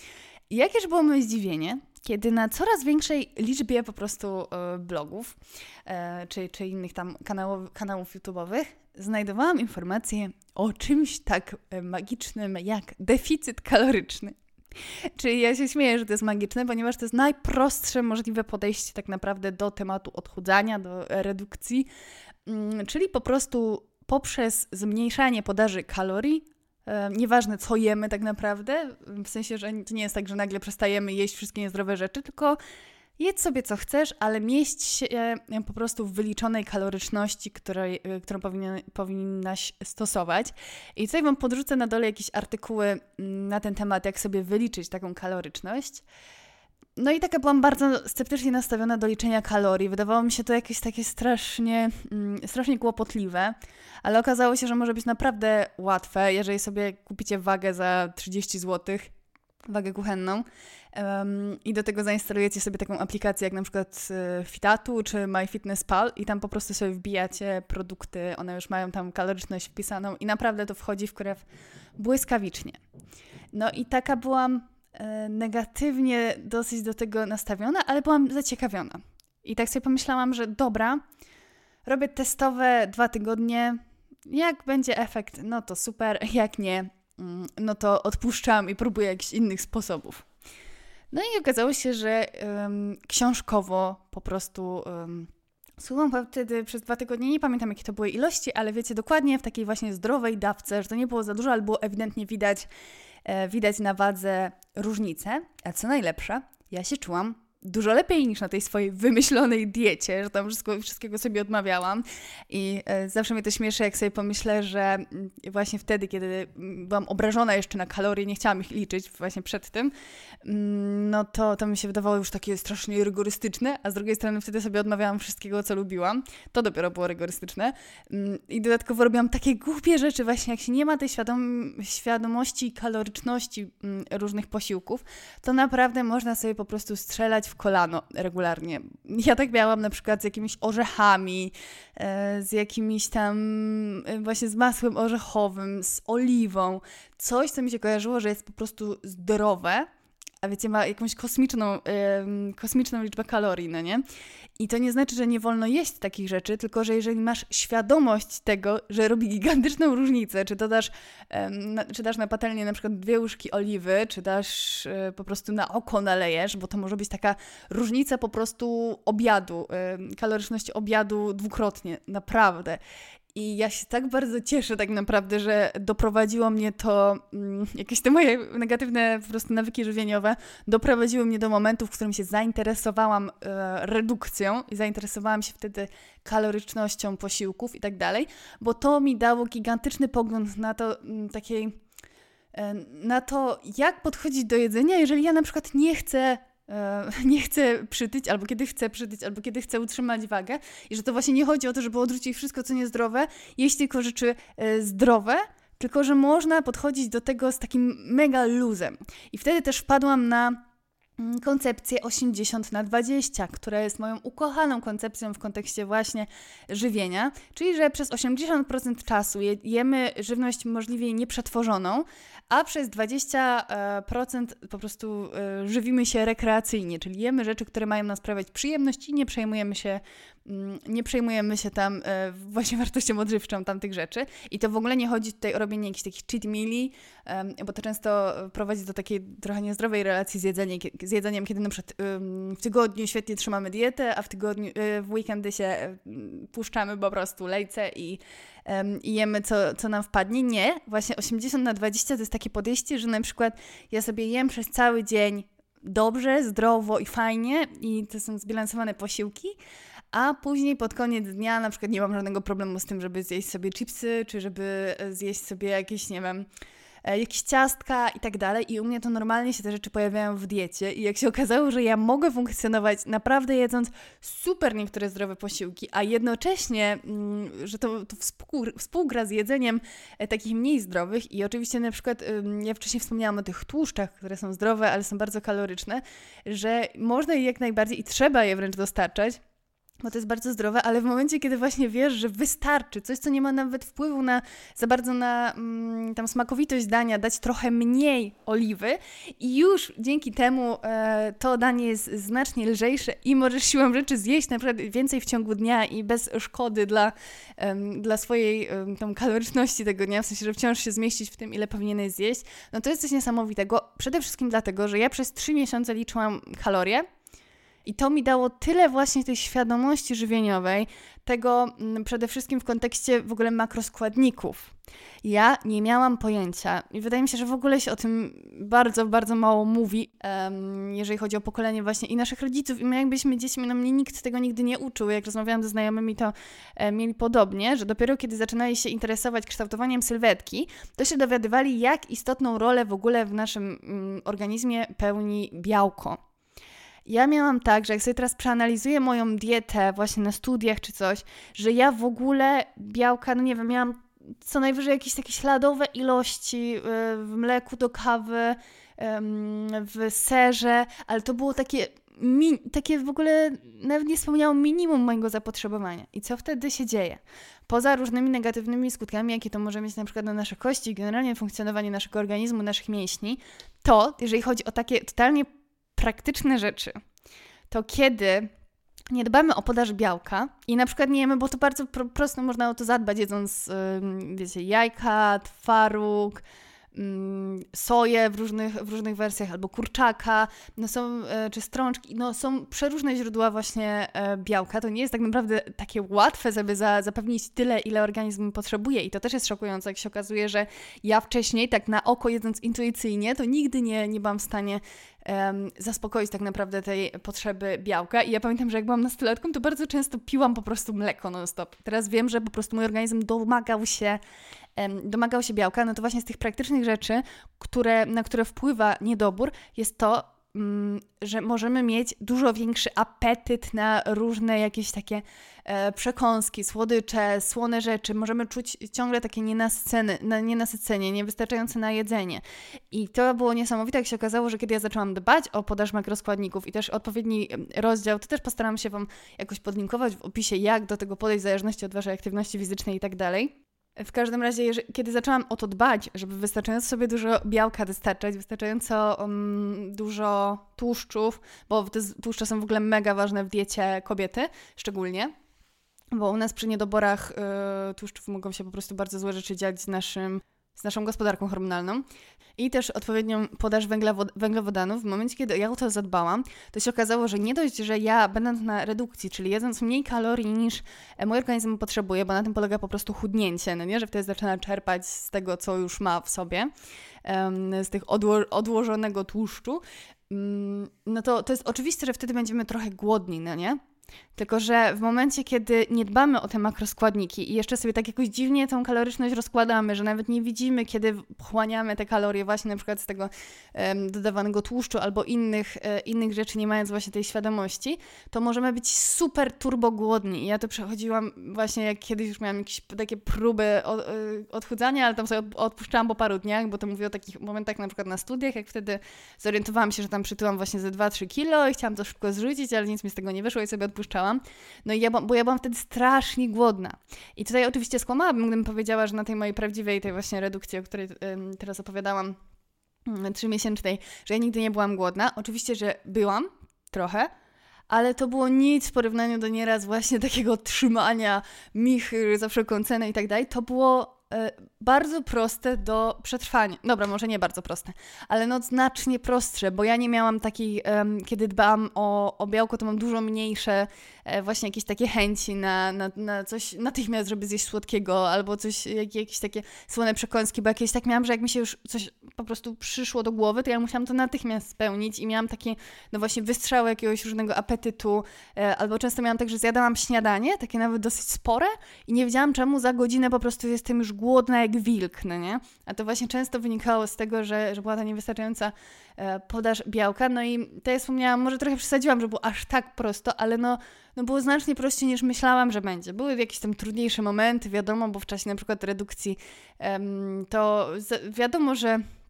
I jakież było moje zdziwienie, kiedy na coraz większej liczbie po prostu e, blogów e, czy, czy innych tam kanałów, kanałów YouTube'owych znajdowałam informacje o czymś tak magicznym jak deficyt kaloryczny. Czyli ja się śmieję, że to jest magiczne, ponieważ to jest najprostsze możliwe podejście tak naprawdę do tematu odchudzania, do redukcji, czyli po prostu poprzez zmniejszanie podaży kalorii, e, nieważne co jemy tak naprawdę, w sensie, że to nie jest tak, że nagle przestajemy jeść wszystkie niezdrowe rzeczy, tylko jedz sobie co chcesz, ale mieść się po prostu w wyliczonej kaloryczności, której, którą powinien, powinnaś stosować. I tutaj Wam podrzucę na dole jakieś artykuły na ten temat, jak sobie wyliczyć taką kaloryczność. No i taka byłam bardzo sceptycznie nastawiona do liczenia kalorii. Wydawało mi się to jakieś takie strasznie, strasznie kłopotliwe, ale okazało się, że może być naprawdę łatwe, jeżeli sobie kupicie wagę za trzydzieści złotych, wagę kuchenną um, i do tego zainstalujecie sobie taką aplikację jak na przykład y, Fitatu czy MyFitnessPal i tam po prostu sobie wbijacie produkty, one już mają tam kaloryczność wpisaną i naprawdę to wchodzi w krew błyskawicznie. No i taka byłam y, negatywnie dosyć do tego nastawiona, ale byłam zaciekawiona. I tak sobie pomyślałam, że dobra, robię testowe dwa tygodnie, jak będzie efekt, no to super, jak nie, no to odpuszczam i próbuję jakichś innych sposobów. No i okazało się, że um, książkowo po prostu um, słucham wtedy przez dwa tygodnie, nie pamiętam jakie to były ilości, ale wiecie, dokładnie w takiej właśnie zdrowej dawce, że to nie było za dużo, ale było ewidentnie widać, e, widać na wadze różnicę. A co najlepsze, ja się czułam dużo lepiej niż na tej swojej wymyślonej diecie, że tam wszystko, wszystkiego sobie odmawiałam i e, zawsze mnie to śmieszy, jak sobie pomyślę, że m, właśnie wtedy, kiedy byłam obrażona jeszcze na kalorie, nie chciałam ich liczyć właśnie przed tym, m, no to, to mi się wydawało już takie strasznie rygorystyczne, a z drugiej strony wtedy sobie odmawiałam wszystkiego, co lubiłam. To dopiero było rygorystyczne. M, I dodatkowo robiłam takie głupie rzeczy właśnie, jak się nie ma tej świadom świadomości kaloryczności m, różnych posiłków, to naprawdę można sobie po prostu strzelać w kolano regularnie. Ja tak miałam na przykład z jakimiś orzechami, e, z jakimiś tam e, właśnie z masłem orzechowym, z oliwą. Coś, co mi się kojarzyło, że jest po prostu zdrowe, a wiecie, ma jakąś kosmiczną, e, kosmiczną liczbę kalorii, no nie? I to nie znaczy, że nie wolno jeść takich rzeczy, tylko że jeżeli masz świadomość tego, że robi gigantyczną różnicę, czy to dasz, e, na, czy dasz na patelnię na przykład dwie łyżki oliwy, czy dasz e, po prostu na oko nalejesz, bo to może być taka różnica po prostu obiadu, e, kaloryczności obiadu dwukrotnie, naprawdę. I ja się tak bardzo cieszę tak naprawdę, że doprowadziło mnie to, mm, jakieś te moje negatywne po prostu nawyki żywieniowe, doprowadziły mnie do momentu, w którym się zainteresowałam e, redukcją i zainteresowałam się wtedy kalorycznością posiłków i tak dalej, bo to mi dało gigantyczny pogląd na to, m, takiej, e, na to, jak podchodzić do jedzenia, jeżeli ja na przykład nie chcę nie chcę przytyć, albo kiedy chcę przytyć, albo kiedy chcę utrzymać wagę i że to właśnie nie chodzi o to, żeby odrzucić wszystko, co niezdrowe, jeść tylko rzeczy e, zdrowe, tylko że można podchodzić do tego z takim mega luzem. I wtedy też wpadłam na koncepcję osiemdziesiąt na dwadzieścia, która jest moją ukochaną koncepcją w kontekście właśnie żywienia, czyli że przez osiemdziesiąt procent czasu jemy żywność możliwie nieprzetworzoną, a przez dwadzieścia procent po prostu żywimy się rekreacyjnie, czyli jemy rzeczy, które mają nam sprawiać przyjemność i nie przejmujemy się, nie przejmujemy się tam właśnie wartością odżywczą tamtych rzeczy. I to w ogóle nie chodzi tutaj o robienie jakichś takich cheat meali, bo to często prowadzi do takiej trochę niezdrowej relacji z jedzeniem, z jedzeniem kiedy na przykład w tygodniu świetnie trzymamy dietę, a w tygodniu, w weekendy się puszczamy po prostu lejce i, i jemy co, co nam wpadnie. Nie, właśnie osiemdziesiąt na dwadzieścia to jest takie podejście, że na przykład ja sobie jem przez cały dzień dobrze, zdrowo i fajnie i to są zbilansowane posiłki, a później pod koniec dnia na przykład nie mam żadnego problemu z tym, żeby zjeść sobie chipsy, czy żeby zjeść sobie jakieś, nie wiem, jakieś ciastka i tak dalej. I u mnie to normalnie się te rzeczy pojawiają w diecie i jak się okazało, że ja mogę funkcjonować naprawdę jedząc super niektóre zdrowe posiłki, a jednocześnie, że to, to współ, współgra z jedzeniem takich mniej zdrowych i oczywiście na przykład ja wcześniej wspomniałam o tych tłuszczach, które są zdrowe, ale są bardzo kaloryczne, że można je jak najbardziej i trzeba je wręcz dostarczać, bo to jest bardzo zdrowe, ale w momencie, kiedy właśnie wiesz, że wystarczy, coś, co nie ma nawet wpływu na za bardzo na mm, tam smakowitość dania, dać trochę mniej oliwy i już dzięki temu e, to danie jest znacznie lżejsze i możesz siłą rzeczy zjeść na przykład więcej w ciągu dnia i bez szkody dla, em, dla swojej em, tam kaloryczności tego dnia, w sensie, że wciąż się zmieścić w tym, ile powinieneś zjeść, no to jest coś niesamowitego. Przede wszystkim dlatego, że ja przez trzy miesiące liczyłam kalorie, i to mi dało tyle właśnie tej świadomości żywieniowej, tego m, przede wszystkim w kontekście w ogóle makroskładników. Ja nie miałam pojęcia i wydaje mi się, że w ogóle się o tym bardzo, bardzo mało mówi, um, jeżeli chodzi o pokolenie właśnie i naszych rodziców. I my jak byliśmy dziećmi, no mnie nikt tego nigdy nie uczył. Jak rozmawiałam ze znajomymi, to e, mieli podobnie, że dopiero kiedy zaczynali się interesować kształtowaniem sylwetki, to się dowiadywali, jak istotną rolę w ogóle w naszym mm, organizmie pełni białko. Ja miałam tak, że jak sobie teraz przeanalizuję moją dietę właśnie na studiach czy coś, że ja w ogóle białka, no nie wiem, miałam co najwyżej jakieś takie śladowe ilości w mleku do kawy, w serze, ale to było takie, mi, takie w ogóle, nawet nie wspomniałam, minimum mojego zapotrzebowania. I co wtedy się dzieje? Poza różnymi negatywnymi skutkami, jakie to może mieć na przykład na nasze kości, generalnie funkcjonowanie naszego organizmu, naszych mięśni, to jeżeli chodzi o takie totalnie praktyczne rzeczy, to kiedy nie dbamy o podaż białka i na przykład nie jemy, bo to bardzo pro, prosto można o to zadbać, jedząc, yy, wiecie, jajka, twaróg, yy, soję w różnych, w różnych wersjach, albo kurczaka, no są, yy, czy strączki, no są przeróżne źródła właśnie yy, białka. To nie jest tak naprawdę takie łatwe, żeby za, zapewnić tyle, ile organizm potrzebuje i to też jest szokujące, jak się okazuje, że ja wcześniej, tak na oko jedząc intuicyjnie, to nigdy nie, nie byłam w stanie Um, zaspokoić tak naprawdę tej potrzeby białka. I ja pamiętam, że jak byłam nastolatką, to bardzo często piłam po prostu mleko non-stop. Teraz wiem, że po prostu mój organizm domagał się, um, domagał się białka. No to właśnie z tych praktycznych rzeczy, które, na które wpływa niedobór, jest to, um, że możemy mieć dużo większy apetyt na różne jakieś takie e, przekąski, słodycze, słone rzeczy. Możemy czuć ciągle takie nienasycenie, nienasycenie, niewystarczające na jedzenie. I to było niesamowite, jak się okazało, że kiedy ja zaczęłam dbać o podaż makroskładników i też odpowiedni rozdział, to też postaram się Wam jakoś podlinkować w opisie, jak do tego podejść w zależności od Waszej aktywności fizycznej i tak dalej. W każdym razie, jeżeli, kiedy zaczęłam o to dbać, żeby wystarczająco sobie dużo białka dostarczać, wystarczająco um, dużo tłuszczów, bo te tłuszcze są w ogóle mega ważne w diecie kobiety szczególnie, bo u nas przy niedoborach y, tłuszczów mogą się po prostu bardzo złe rzeczy dziać z naszym z naszą gospodarką hormonalną i też odpowiednią podaż węgla, węglowodanów. W momencie, kiedy ja o to zadbałam, to się okazało, że nie dość, że ja będąc na redukcji, czyli jedząc mniej kalorii niż mój organizm potrzebuje, bo na tym polega po prostu chudnięcie, no nie, że wtedy zaczyna czerpać z tego, co już ma w sobie, um, z tych odło- odłożonego tłuszczu, um, no to, to jest oczywiste, że wtedy będziemy trochę głodni, no nie? Tylko że w momencie, kiedy nie dbamy o te makroskładniki i jeszcze sobie tak jakoś dziwnie tą kaloryczność rozkładamy, że nawet nie widzimy, kiedy wchłaniamy te kalorie właśnie na przykład z tego um, dodawanego tłuszczu albo innych, e, innych rzeczy, nie mając właśnie tej świadomości, to możemy być super turbo głodni. I ja to przechodziłam właśnie, jak kiedyś już miałam jakieś takie próby od, odchudzania, ale tam sobie odpuszczałam po paru dniach, bo to mówię o takich momentach na przykład na studiach, jak wtedy zorientowałam się, że tam przytyłam właśnie ze dwa trzy kilo i chciałam to szybko zrzucić, ale nic mi z tego nie wyszło i sobie odpuszczałam. No i ja, bo ja byłam wtedy strasznie głodna. I tutaj oczywiście skłamałabym, gdybym powiedziała, że na tej mojej prawdziwej, tej właśnie redukcji, o której ym, teraz opowiadałam, ym, trzymiesięcznej, że ja nigdy nie byłam głodna. Oczywiście, że byłam trochę, ale to było nic w porównaniu do nieraz właśnie takiego trzymania michy za wszelką cenę i tak dalej. To było bardzo proste do przetrwania. Dobra, może nie bardzo proste, ale no znacznie prostsze, bo ja nie miałam takiej, um, kiedy dbam o, o białko, to mam dużo mniejsze e, właśnie jakieś takie chęci na, na, na coś natychmiast, żeby zjeść słodkiego, albo coś, jak, jakieś takie słone przekąski, bo jakieś tak miałam, że jak mi się już coś po prostu przyszło do głowy, to ja musiałam to natychmiast spełnić i miałam takie, no właśnie wystrzały jakiegoś różnego apetytu, e, albo często miałam tak, że zjadałam śniadanie, takie nawet dosyć spore i nie wiedziałam czemu za godzinę po prostu jestem już głodna jak wilk, no nie? A to właśnie często wynikało z tego, że, że była ta niewystarczająca e, podaż białka, no i to ja wspomniałam, może trochę przesadziłam, że było aż tak prosto, ale no, no było znacznie prościej niż myślałam, że będzie. Były jakieś tam trudniejsze momenty, wiadomo, bo w czasie na przykład redukcji em, to z, wiadomo, że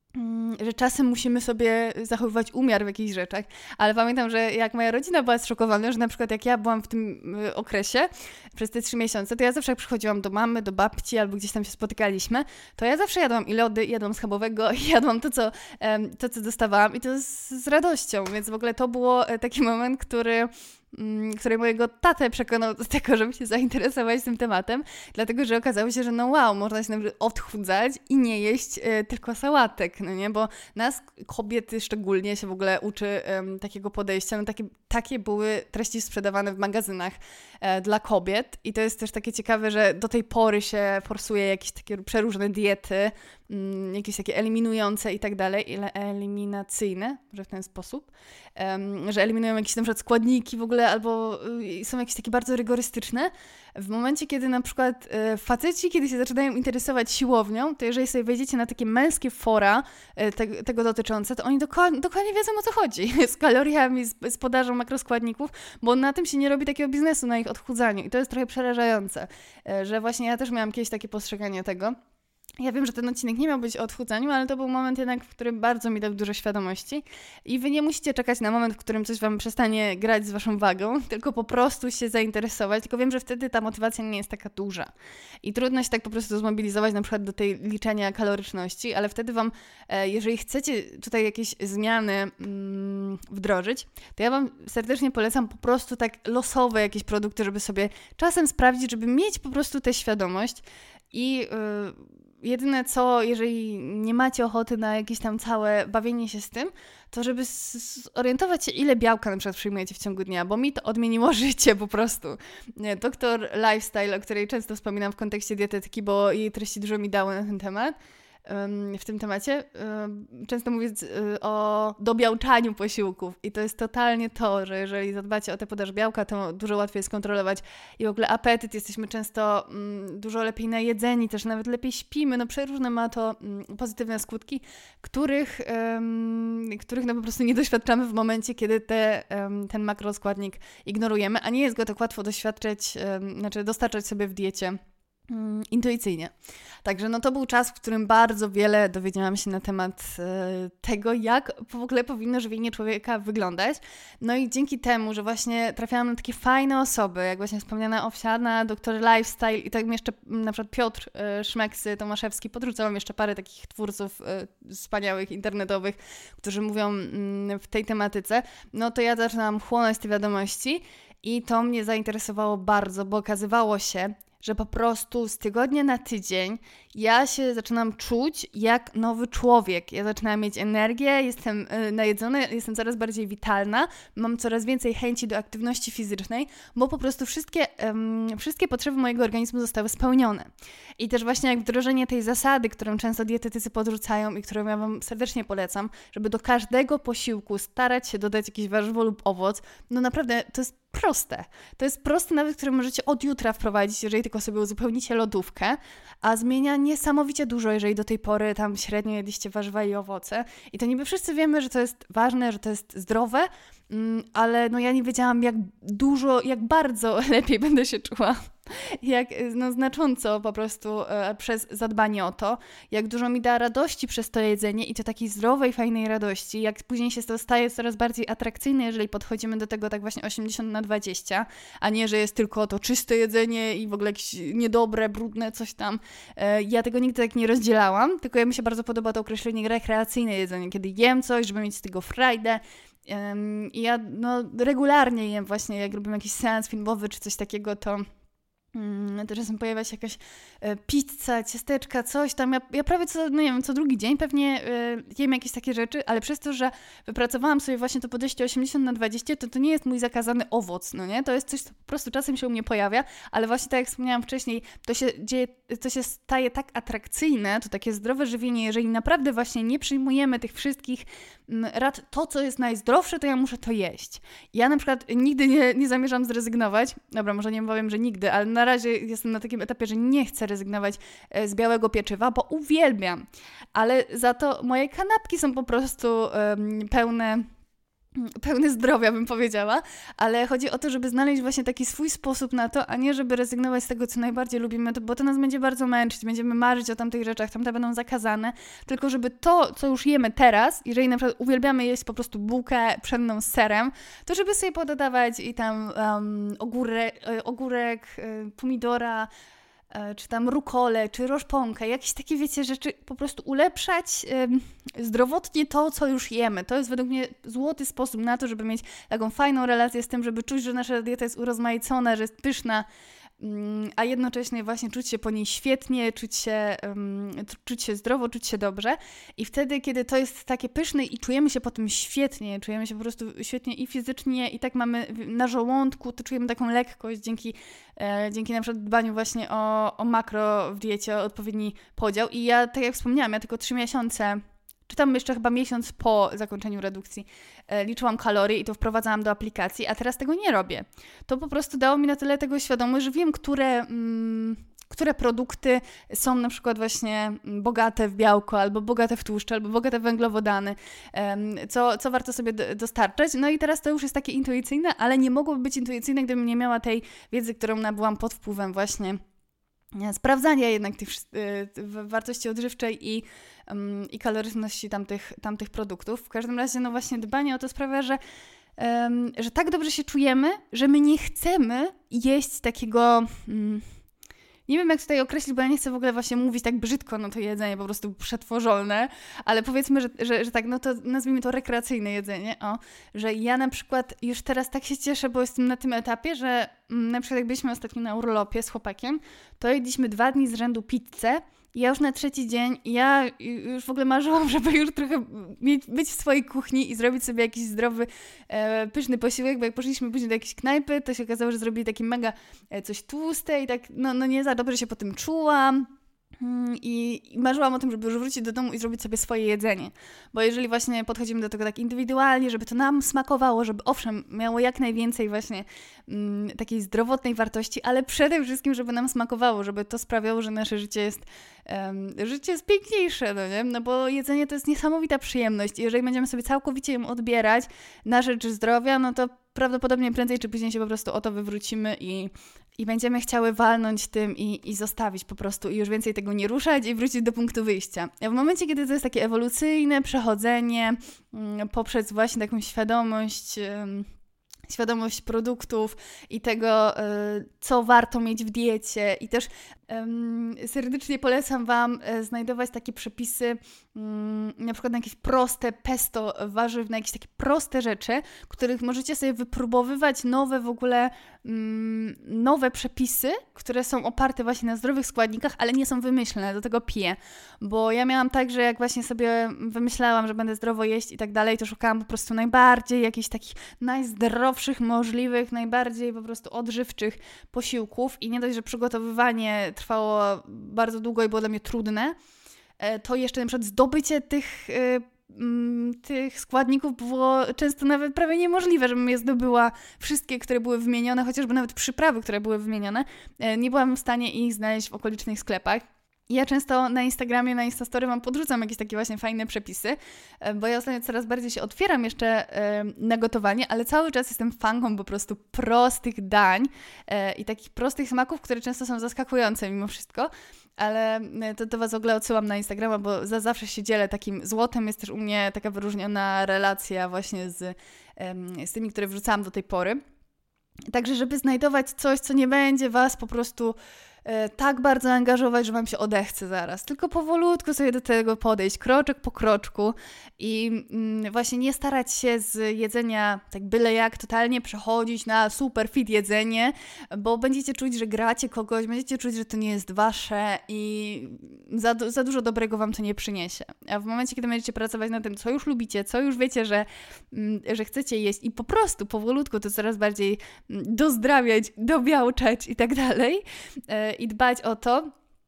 że czasem musimy sobie zachowywać umiar w jakichś rzeczach, ale pamiętam, że jak moja rodzina była zszokowana, że na przykład jak ja byłam w tym okresie przez te trzy miesiące, to ja zawsze jak przychodziłam do mamy, do babci albo gdzieś tam się spotykaliśmy, to ja zawsze jadłam i lody, jadłam schabowego i jadłam to co, to, co dostawałam i to z, z radością, więc w ogóle to było taki moment, który który mojego tatę przekonał do tego, żeby się zainteresować tym tematem, dlatego, że okazało się, że no wow, można się nawet odchudzać i nie jeść e, tylko sałatek, no nie, bo nas kobiety szczególnie się w ogóle uczy e, takiego podejścia, no takie, takie były treści sprzedawane w magazynach e, dla kobiet i to jest też takie ciekawe, że do tej pory się forsuje jakieś takie przeróżne diety, m, jakieś takie eliminujące i tak dalej, eliminacyjne, że w ten sposób, um, że eliminują jakieś na przykład składniki w ogóle, albo y, są jakieś takie bardzo rygorystyczne. W momencie, kiedy na przykład y, faceci, kiedy się zaczynają interesować siłownią, to jeżeli sobie wejdziecie na takie męskie fora y, te, tego dotyczące, to oni dokładnie, dokładnie wiedzą, o co chodzi z kaloriami, z, z podażą makroskładników, bo na tym się nie robi takiego biznesu, na ich odchudzaniu i to jest trochę przerażające, y, że właśnie ja też miałam kiedyś takie postrzeganie tego. Ja wiem, że ten odcinek nie miał być o odchudzaniu, ale to był moment jednak, w którym bardzo mi dał dużo świadomości i wy nie musicie czekać na moment, w którym coś wam przestanie grać z waszą wagą, tylko po prostu się zainteresować, tylko wiem, że wtedy ta motywacja nie jest taka duża i trudno się tak po prostu zmobilizować na przykład do tej liczenia kaloryczności, ale wtedy wam, jeżeli chcecie tutaj jakieś zmiany mm, wdrożyć, to ja wam serdecznie polecam po prostu tak losowe jakieś produkty, żeby sobie czasem sprawdzić, żeby mieć po prostu tę świadomość i yy, jedyne co, jeżeli nie macie ochoty na jakieś tam całe bawienie się z tym, to żeby zorientować się, ile białka na przykład przyjmujecie w ciągu dnia, bo mi to odmieniło życie po prostu. Doktor Lifestyle, o której często wspominam w kontekście dietetyki, bo jej treści dużo mi dały na ten temat, w tym temacie, często mówię o dobiałczaniu posiłków i to jest totalnie to, że jeżeli zadbacie o tę podaż białka, to dużo łatwiej jest kontrolować i w ogóle apetyt, jesteśmy często dużo lepiej najedzeni, też nawet lepiej śpimy, no przeróżne ma to pozytywne skutki, których, których no po prostu nie doświadczamy w momencie, kiedy te, ten makroskładnik ignorujemy, a nie jest go tak łatwo doświadczać, znaczy dostarczać sobie w diecie intuicyjnie. Także no to był czas, w którym bardzo wiele dowiedziałam się na temat e, tego, jak w ogóle powinno żywienie człowieka wyglądać. No i dzięki temu, że właśnie trafiałam na takie fajne osoby, jak właśnie wspomniana Owsiana, doktor Lifestyle i tak mi jeszcze na przykład Piotr e, Szmeksy, Tomaszewski, podrzucałam jeszcze parę takich twórców e, wspaniałych, internetowych, którzy mówią mm, w tej tematyce, no to ja zaczynałam chłonąć te wiadomości i to mnie zainteresowało bardzo, bo okazywało się, że po prostu z tygodnia na tydzień ja się zaczynam czuć jak nowy człowiek. Ja zaczynam mieć energię, jestem y, najedzona, jestem coraz bardziej witalna, mam coraz więcej chęci do aktywności fizycznej, bo po prostu wszystkie, ym, wszystkie potrzeby mojego organizmu zostały spełnione. I też właśnie jak wdrożenie tej zasady, którą często dietetycy podrzucają i którą ja wam serdecznie polecam, żeby do każdego posiłku starać się dodać jakieś warzywo lub owoc, no naprawdę to jest proste. To jest proste nawet, które możecie od jutra wprowadzić, jeżeli tylko sobie uzupełnicie lodówkę, a zmienia niesamowicie dużo, jeżeli do tej pory tam średnio jedliście warzywa i owoce. I to niby wszyscy wiemy, że to jest ważne, że to jest zdrowe, ale no ja nie wiedziałam, jak dużo, jak bardzo lepiej będę się czuła, jak no, znacząco po prostu e, przez zadbanie o to, jak dużo mi da radości przez to jedzenie i to takiej zdrowej, fajnej radości, jak później się to staje coraz bardziej atrakcyjne, jeżeli podchodzimy do tego tak właśnie osiemdziesiąt na dwadzieścia, a nie, że jest tylko to czyste jedzenie i w ogóle jakieś niedobre, brudne, coś tam. E, ja tego nigdy tak nie rozdzielałam, tylko ja mi się bardzo podoba to określenie rekreacyjne jedzenie, kiedy jem coś, żeby mieć z tego frajdę. Um, I ja no, regularnie jem właśnie, jak robię jakiś seans filmowy czy coś takiego, to Hmm, to czasem pojawia się jakaś e, pizza, ciasteczka, coś tam. Ja, ja prawie co, no nie wiem, co drugi dzień pewnie e, jem jakieś takie rzeczy, ale przez to, że wypracowałam sobie właśnie to podejście osiemdziesiąt na dwadzieścia, to to nie jest mój zakazany owoc, no nie? To jest coś, co po prostu czasem się u mnie pojawia, ale właśnie tak jak wspomniałam wcześniej, to się dzieje, to się staje tak atrakcyjne, to takie zdrowe żywienie, jeżeli naprawdę właśnie nie przyjmujemy tych wszystkich m, rad, to co jest najzdrowsze, to ja muszę to jeść. Ja na przykład nigdy nie, nie zamierzam zrezygnować, dobra, może nie powiem, że nigdy, ale na razie jestem na takim etapie, że nie chcę rezygnować z białego pieczywa, bo uwielbiam, ale za to moje kanapki są po prostu um, pełne pełny zdrowia, bym powiedziała, ale chodzi o to, żeby znaleźć właśnie taki swój sposób na to, a nie żeby rezygnować z tego, co najbardziej lubimy, to, bo to nas będzie bardzo męczyć, będziemy marzyć o tamtych rzeczach, tamte będą zakazane, tylko żeby to, co już jemy teraz, jeżeli na przykład uwielbiamy jeść po prostu bułkę pszenną z serem, to żeby sobie pododawać i tam um, ogórek, ogórek, pomidora, czy tam rukolę, czy roszponkę, jakieś takie, wiecie, rzeczy, po prostu ulepszać ym, zdrowotnie to, co już jemy. To jest według mnie złoty sposób na to, żeby mieć taką fajną relację z tym, żeby czuć, że nasza dieta jest urozmaicona, że jest pyszna, ym, a jednocześnie właśnie czuć się po niej świetnie, czuć się, ym, czuć się zdrowo, czuć się dobrze. I wtedy, kiedy to jest takie pyszne i czujemy się po tym świetnie, czujemy się po prostu świetnie i fizycznie i tak mamy na żołądku, to czujemy taką lekkość dzięki E, dzięki na przykład dbaniu właśnie o, o makro w diecie, o odpowiedni podział. I ja, tak jak wspomniałam, ja tylko trzy miesiące, czy tam jeszcze chyba miesiąc po zakończeniu redukcji, e, liczyłam kalorie i to wprowadzałam do aplikacji, a teraz tego nie robię. To po prostu dało mi na tyle tego świadomość, że wiem, które... Mm, które produkty są na przykład właśnie bogate w białko, albo bogate w tłuszcze, albo bogate w węglowodany, co, co warto sobie dostarczać. No i teraz to już jest takie intuicyjne, ale nie mogłoby być intuicyjne, gdybym nie miała tej wiedzy, którą nabyłam pod wpływem właśnie sprawdzania jednak tych wartości odżywczej i, i kaloryczności tamtych, tamtych produktów. W każdym razie no właśnie dbanie o to sprawia, że um, że tak dobrze się czujemy, że my nie chcemy jeść takiego... Um, Nie wiem, jak tutaj określić, bo ja nie chcę w ogóle właśnie mówić tak brzydko, no to jedzenie po prostu przetworzone, ale powiedzmy, że, że, że tak, no to nazwijmy to rekreacyjne jedzenie, o, że ja na przykład już teraz tak się cieszę, bo jestem na tym etapie, że mm, na przykład jak byliśmy ostatnio na urlopie z chłopakiem, to jedliśmy dwa dni z rzędu pizzę. Ja już na trzeci dzień, ja już w ogóle marzyłam, żeby już trochę mieć, być w swojej kuchni i zrobić sobie jakiś zdrowy, e, pyszny posiłek, bo jak poszliśmy później do jakiejś knajpy, to się okazało, że zrobili taki mega e, coś tłuste i tak, no, no nie za dobrze się po tym czułam. I, I marzyłam o tym, żeby już wrócić do domu i zrobić sobie swoje jedzenie. Bo jeżeli właśnie podchodzimy do tego tak indywidualnie, żeby to nam smakowało, żeby owszem, miało jak najwięcej właśnie mm, takiej zdrowotnej wartości, ale przede wszystkim, żeby nam smakowało, żeby to sprawiało, że nasze życie jest, um, życie jest piękniejsze, no nie? No bo jedzenie to jest niesamowita przyjemność. I jeżeli będziemy sobie całkowicie ją odbierać na rzecz zdrowia, no to prawdopodobnie prędzej czy później się po prostu o to wywrócimy i, i będziemy chciały walnąć tym i, i zostawić po prostu i już więcej tego nie ruszać i wrócić do punktu wyjścia. A w momencie, kiedy to jest takie ewolucyjne przechodzenie mm, poprzez właśnie taką świadomość... Ym, świadomość produktów i tego, co warto mieć w diecie i też um, serdecznie polecam Wam znajdować takie przepisy um, na przykład na jakieś proste pesto warzyw, na jakieś takie proste rzeczy, których możecie sobie wypróbowywać nowe w ogóle um, nowe przepisy, które są oparte właśnie na zdrowych składnikach, ale nie są wymyślne, do tego piję, bo ja miałam tak, że jak właśnie sobie wymyślałam, że będę zdrowo jeść i tak dalej, to szukałam po prostu najbardziej jakichś takich najzdrowszych możliwych, najbardziej po prostu odżywczych posiłków i nie dość, że przygotowywanie trwało bardzo długo i było dla mnie trudne, to jeszcze na przykład zdobycie tych, tych składników było często nawet prawie niemożliwe, żebym je zdobyła wszystkie, które były wymienione, chociażby nawet przyprawy, które były wymienione, nie byłam w stanie ich znaleźć w okolicznych sklepach. Ja często na Instagramie, na Instastory Wam podrzucam jakieś takie właśnie fajne przepisy, bo ja ostatnio coraz bardziej się otwieram jeszcze na gotowanie, ale cały czas jestem fanką po prostu prostych dań i takich prostych smaków, które często są zaskakujące mimo wszystko, ale to do Was w ogóle odsyłam na Instagrama, bo za zawsze się dzielę takim złotem. Jest też u mnie taka wyróżniona relacja właśnie z, z tymi, które wrzucałam do tej pory. Także żeby znajdować coś, co nie będzie Was po prostu tak bardzo angażować, że Wam się odechce zaraz. Tylko powolutku sobie do tego podejść, kroczek po kroczku i właśnie nie starać się z jedzenia tak byle jak totalnie przechodzić na super fit jedzenie, bo będziecie czuć, że gracie kogoś, będziecie czuć, że to nie jest Wasze i za, za dużo dobrego Wam to nie przyniesie. A w momencie, kiedy będziecie pracować na tym, co już lubicie, co już wiecie, że, że chcecie jeść i po prostu powolutku to coraz bardziej dozdrawiać, dobiałczać i tak dalej, i dbać o to,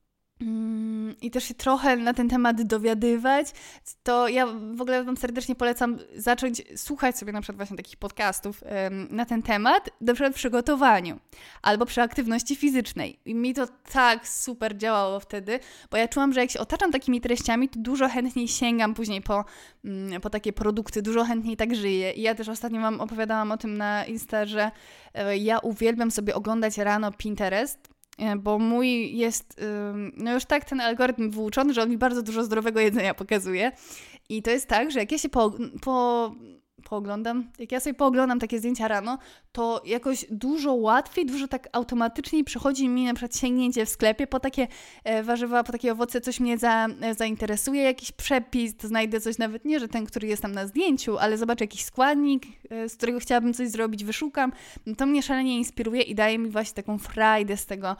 i też się trochę na ten temat dowiadywać, to ja w ogóle Wam serdecznie polecam zacząć słuchać sobie na przykład właśnie takich podcastów um, na ten temat, na przykład w przygotowaniu albo przy aktywności fizycznej. I mi to tak super działało wtedy, bo ja czułam, że jak się otaczam takimi treściami, to dużo chętniej sięgam później po, um, po takie produkty, dużo chętniej tak żyję. I ja też ostatnio Wam opowiadałam o tym na Insta, że e, ja uwielbiam sobie oglądać rano Pinterest, bo mój jest, no już tak ten algorytm wyuczony, że on mi bardzo dużo zdrowego jedzenia pokazuje. I to jest tak, że jak ja się po, po, pooglądam, jak ja sobie pooglądam takie zdjęcia rano, to jakoś dużo łatwiej, dużo tak automatycznie przychodzi mi na przykład sięgnięcie w sklepie po takie warzywa, po takie owoce, coś mnie za, zainteresuje, jakiś przepis, to znajdę coś nawet nie, że ten, który jest tam na zdjęciu, ale zobaczę jakiś składnik, z którego chciałabym coś zrobić, wyszukam, no to mnie szalenie inspiruje i daje mi właśnie taką frajdę z tego,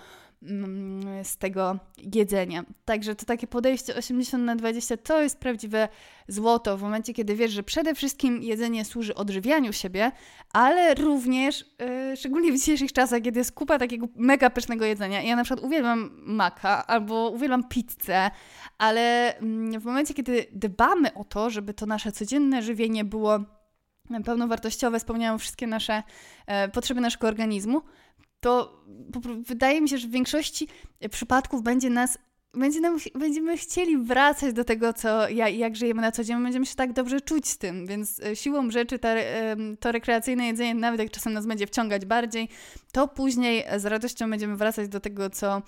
z tego jedzenia. Także to takie podejście osiemdziesiąt na dwadzieścia to jest prawdziwe złoto w momencie, kiedy wiesz, że przede wszystkim jedzenie służy odżywianiu siebie, ale również, yy, szczególnie w dzisiejszych czasach, kiedy jest kupa takiego mega pysznego jedzenia. Ja na przykład uwielbiam maka albo uwielbiam pizzę, ale yy, w momencie, kiedy dbamy o to, żeby to nasze codzienne żywienie było pełnowartościowe, spełniało wszystkie nasze yy, potrzeby naszego organizmu, to wydaje mi się, że w większości przypadków będzie nas, będzie nam, będziemy chcieli wracać do tego, co ja, jak żyjemy na co dzień, będziemy się tak dobrze czuć z tym, więc siłą rzeczy ta, to rekreacyjne jedzenie, nawet jak czasem nas będzie wciągać bardziej, to później z radością będziemy wracać do tego, co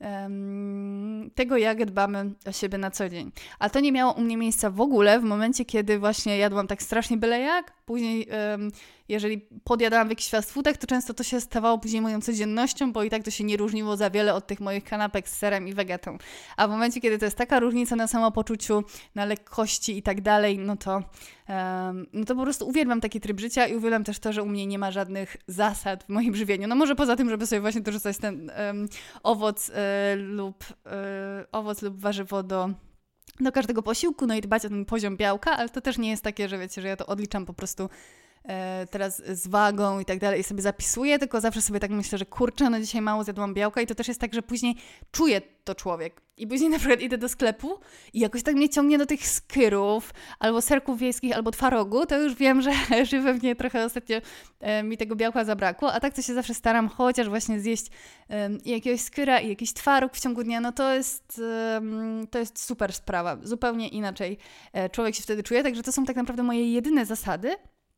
Um, tego, jak dbamy o siebie na co dzień. A to nie miało u mnie miejsca w ogóle w momencie, kiedy właśnie jadłam tak strasznie byle jak. Później, um, jeżeli podjadałam w jakichś fast foodach, to często to się stawało później moją codziennością, bo i tak to się nie różniło za wiele od tych moich kanapek z serem i wegetą. A w momencie, kiedy to jest taka różnica na samopoczuciu, na lekkości i tak dalej, no to, um, no to po prostu uwielbiam taki tryb życia i uwielbiam też to, że u mnie nie ma żadnych zasad w moim żywieniu. No może poza tym, żeby sobie właśnie dorzucać ten um, owoc y, lub y, owoc lub warzywo do do każdego posiłku, no i dbać o ten poziom białka, ale to też nie jest takie, że wiecie, że ja to odliczam po prostu e, teraz z wagą i tak dalej i sobie zapisuję, tylko zawsze sobie tak myślę, że kurczę, no dzisiaj mało zjadłam białka i to też jest tak, że później czuje to człowiek. I później na przykład idę do sklepu i jakoś tak mnie ciągnie do tych skyrów, albo serków wiejskich, albo twarogu, to już wiem, że, że pewnie trochę ostatnio e, mi tego białka zabrakło, a tak to się zawsze staram chociaż właśnie zjeść e, jakiegoś skyra i jakiś twaróg w ciągu dnia, no to jest, e, to jest super sprawa. Zupełnie inaczej e, człowiek się wtedy czuje, także to są tak naprawdę moje jedyne zasady.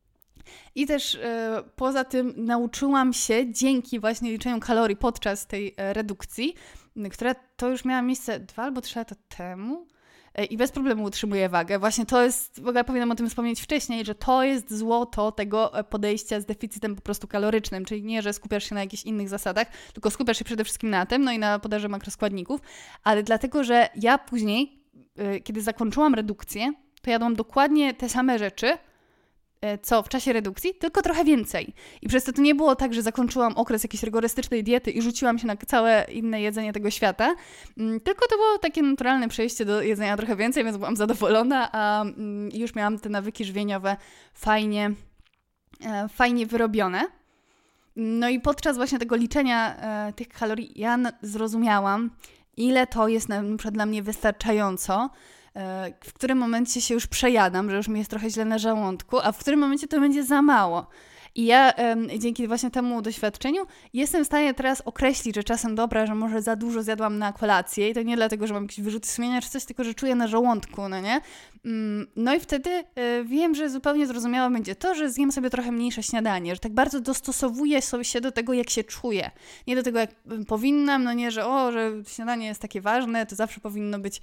I też e, poza tym nauczyłam się dzięki właśnie liczeniu kalorii podczas tej e, redukcji, która to już miała miejsce dwa albo trzy lata temu e, i bez problemu utrzymuję wagę. Właśnie to jest, w ogóle powinnam o tym wspomnieć wcześniej, że to jest złoto tego podejścia z deficytem po prostu kalorycznym, czyli nie, że skupiasz się na jakichś innych zasadach, tylko skupiasz się przede wszystkim na tym, no i na podaży makroskładników, ale dlatego, że ja później, e, kiedy zakończyłam redukcję, to jadłam dokładnie te same rzeczy, co w czasie redukcji, tylko trochę więcej. I przez to to nie było tak, że zakończyłam okres jakiejś rygorystycznej diety i rzuciłam się na całe inne jedzenie tego świata, tylko to było takie naturalne przejście do jedzenia trochę więcej, więc byłam zadowolona, a już miałam te nawyki żywieniowe fajnie, fajnie wyrobione. No i podczas właśnie tego liczenia tych kalorii ja zrozumiałam, ile to jest na przykład dla mnie wystarczająco, w którym momencie się już przejadam, że już mi jest trochę źle na żołądku, a w którym momencie to będzie za mało. I ja dzięki właśnie temu doświadczeniu jestem w stanie teraz określić, że czasem dobra, że może za dużo zjadłam na kolację i to nie dlatego, że mam jakieś wyrzuty sumienia czy coś, tylko że czuję na żołądku, no nie? No i wtedy wiem, że zupełnie zrozumiałe będzie to, że zjem sobie trochę mniejsze śniadanie, że tak bardzo dostosowuję sobie się do tego, jak się czuję. Nie do tego, jak powinnam, no nie, że o, że śniadanie jest takie ważne, to zawsze powinno być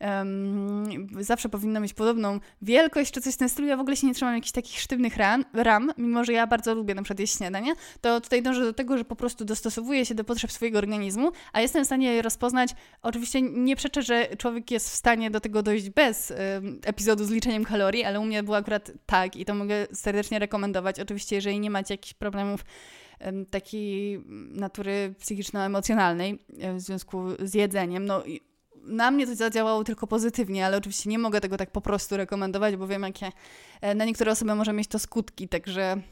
um, zawsze powinno mieć podobną wielkość, czy coś w tym stylu. Ja w ogóle się nie trzymam jakichś takich sztywnych ram, ram, mimo że ja bardzo lubię na przykład jeść śniadanie, to tutaj dążę do tego, że po prostu dostosowuję się do potrzeb swojego organizmu, a jestem w stanie je rozpoznać. Oczywiście nie przeczę, że człowiek jest w stanie do tego dojść bez um, epizodu z liczeniem kalorii, ale u mnie było akurat tak i to mogę serdecznie rekomendować. Oczywiście, jeżeli nie macie jakichś problemów um, takiej natury psychiczno-emocjonalnej w związku z jedzeniem, no na mnie to zadziałało tylko pozytywnie, ale oczywiście nie mogę tego tak po prostu rekomendować, bo wiem, jakie na niektóre osoby może mieć to skutki, także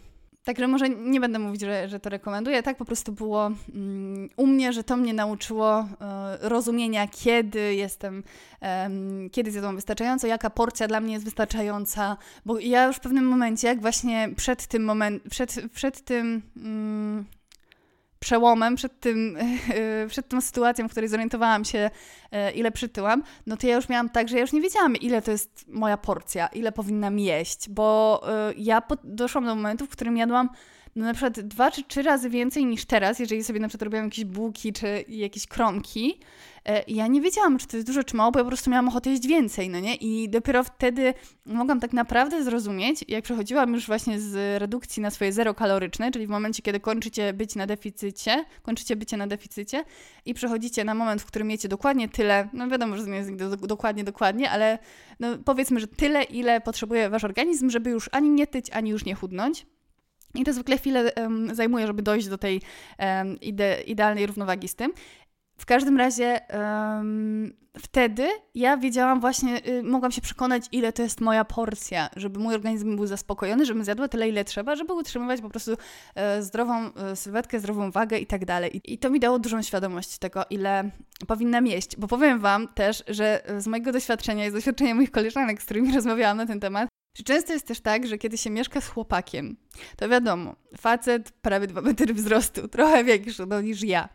Także może nie będę mówić, że, że to rekomenduję. Tak po prostu było um, u mnie, że to mnie nauczyło um, rozumienia, kiedy jestem, um, kiedy zjadłam wystarczająco, jaka porcja dla mnie jest wystarczająca. Bo ja już w pewnym momencie, jak właśnie przed tym moment, przed, przed tym... Um, przełomem, przed tym, przed tą sytuacją, w której zorientowałam się, ile przytyłam, no to ja już miałam tak, że ja już nie wiedziałam, ile to jest moja porcja, ile powinnam jeść, bo ja doszłam do momentu, w którym jadłam no na przykład dwa czy trzy razy więcej niż teraz, jeżeli sobie na przykład robiłam jakieś bułki czy jakieś kromki. I ja nie wiedziałam, czy to jest dużo, czy mało, bo ja po prostu miałam ochotę jeść więcej, no nie? I dopiero wtedy mogłam tak naprawdę zrozumieć, jak przechodziłam już właśnie z redukcji na swoje zero kaloryczne, czyli w momencie, kiedy kończycie być na deficycie, kończycie bycie na deficycie i przechodzicie na moment, w którym jecie dokładnie tyle, no wiadomo, że to nie jest dokładnie, dokładnie, ale no powiedzmy, że tyle, ile potrzebuje wasz organizm, żeby już ani nie tyć, ani już nie chudnąć. I to zwykle chwilę um, zajmuje, żeby dojść do tej um, ide- idealnej równowagi z tym. W każdym razie um, wtedy ja wiedziałam właśnie, y, mogłam się przekonać, ile to jest moja porcja, żeby mój organizm był zaspokojony, żebym zjadła tyle, ile trzeba, żeby utrzymywać po prostu y, zdrową y, sylwetkę, zdrową wagę i tak dalej. I to mi dało dużą świadomość tego, ile powinnam jeść, bo powiem wam też, że z mojego doświadczenia i z doświadczenia moich koleżanek, z którymi rozmawiałam na ten temat, że często jest też tak, że kiedy się mieszka z chłopakiem, to wiadomo, facet prawie dwa metry wzrostu, trochę większy no, niż ja.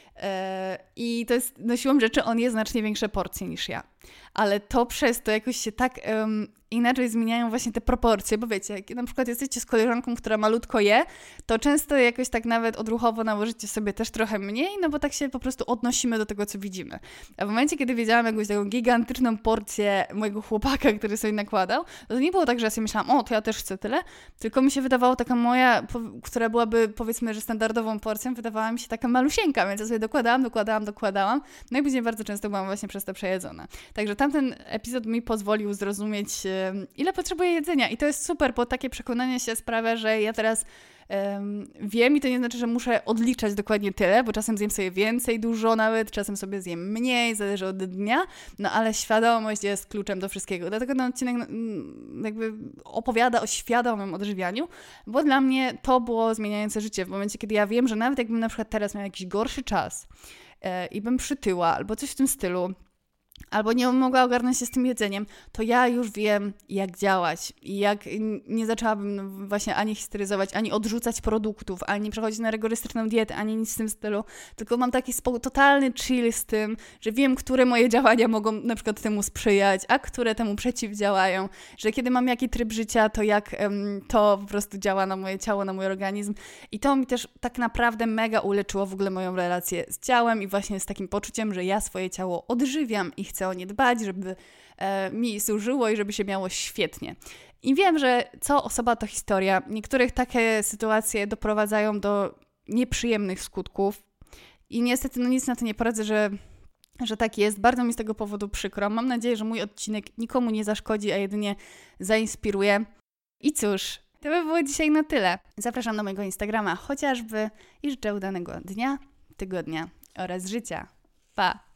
I to jest, no siłą rzeczy on je znacznie większe porcje niż ja. Ale to przez to jakoś się tak um, inaczej zmieniają właśnie te proporcje, bo wiecie, jak na przykład jesteście z koleżanką, która malutko je, to często jakoś tak nawet odruchowo nałożycie sobie też trochę mniej, no bo tak się po prostu odnosimy do tego, co widzimy. A w momencie, kiedy wiedziałam jakąś taką gigantyczną porcję mojego chłopaka, który sobie nakładał, to nie było tak, że ja sobie myślałam, o, to ja też chcę tyle, tylko mi się wydawało taka moja, po, która byłaby powiedzmy, że standardową porcją, wydawała mi się taka malusieńka, więc ja sobie dokładałam, dokładałam, dokładałam, no i później bardzo często byłam właśnie przez to przejedzona. Także tamten epizod mi pozwolił zrozumieć, ile potrzebuję jedzenia. I to jest super, bo takie przekonanie się sprawia, że ja teraz um, wiem i to nie znaczy, że muszę odliczać dokładnie tyle, bo czasem zjem sobie więcej, dużo nawet, czasem sobie zjem mniej, zależy od dnia, no ale świadomość jest kluczem do wszystkiego. Dlatego ten odcinek jakby opowiada o świadomym odżywianiu, bo dla mnie to było zmieniające życie w momencie, kiedy ja wiem, że nawet jakbym na przykład teraz miała jakiś gorszy czas e, i bym przytyła albo coś w tym stylu, albo nie mogła ogarnąć się z tym jedzeniem, to ja już wiem, jak działać i jak nie zaczęłabym właśnie ani histeryzować, ani odrzucać produktów, ani przechodzić na rygorystyczną dietę, ani nic w tym stylu, tylko mam taki spo- totalny chill z tym, że wiem, które moje działania mogą na przykład temu sprzyjać, a które temu przeciwdziałają, że kiedy mam jaki tryb życia, to jak um, to po prostu działa na moje ciało, na mój organizm i to mi też tak naprawdę mega uleczyło w ogóle moją relację z ciałem i właśnie z takim poczuciem, że ja swoje ciało odżywiam i chcę o nie dbać, żeby e, mi służyło i żeby się miało świetnie. I wiem, że co osoba to historia. Niektórych takie sytuacje doprowadzają do nieprzyjemnych skutków i niestety no nic na to nie poradzę, że, że tak jest. Bardzo mi z tego powodu przykro. Mam nadzieję, że mój odcinek nikomu nie zaszkodzi, a jedynie zainspiruje. I cóż, to by było dzisiaj na tyle. Zapraszam do mojego Instagrama chociażby i życzę udanego dnia, tygodnia oraz życia. Pa!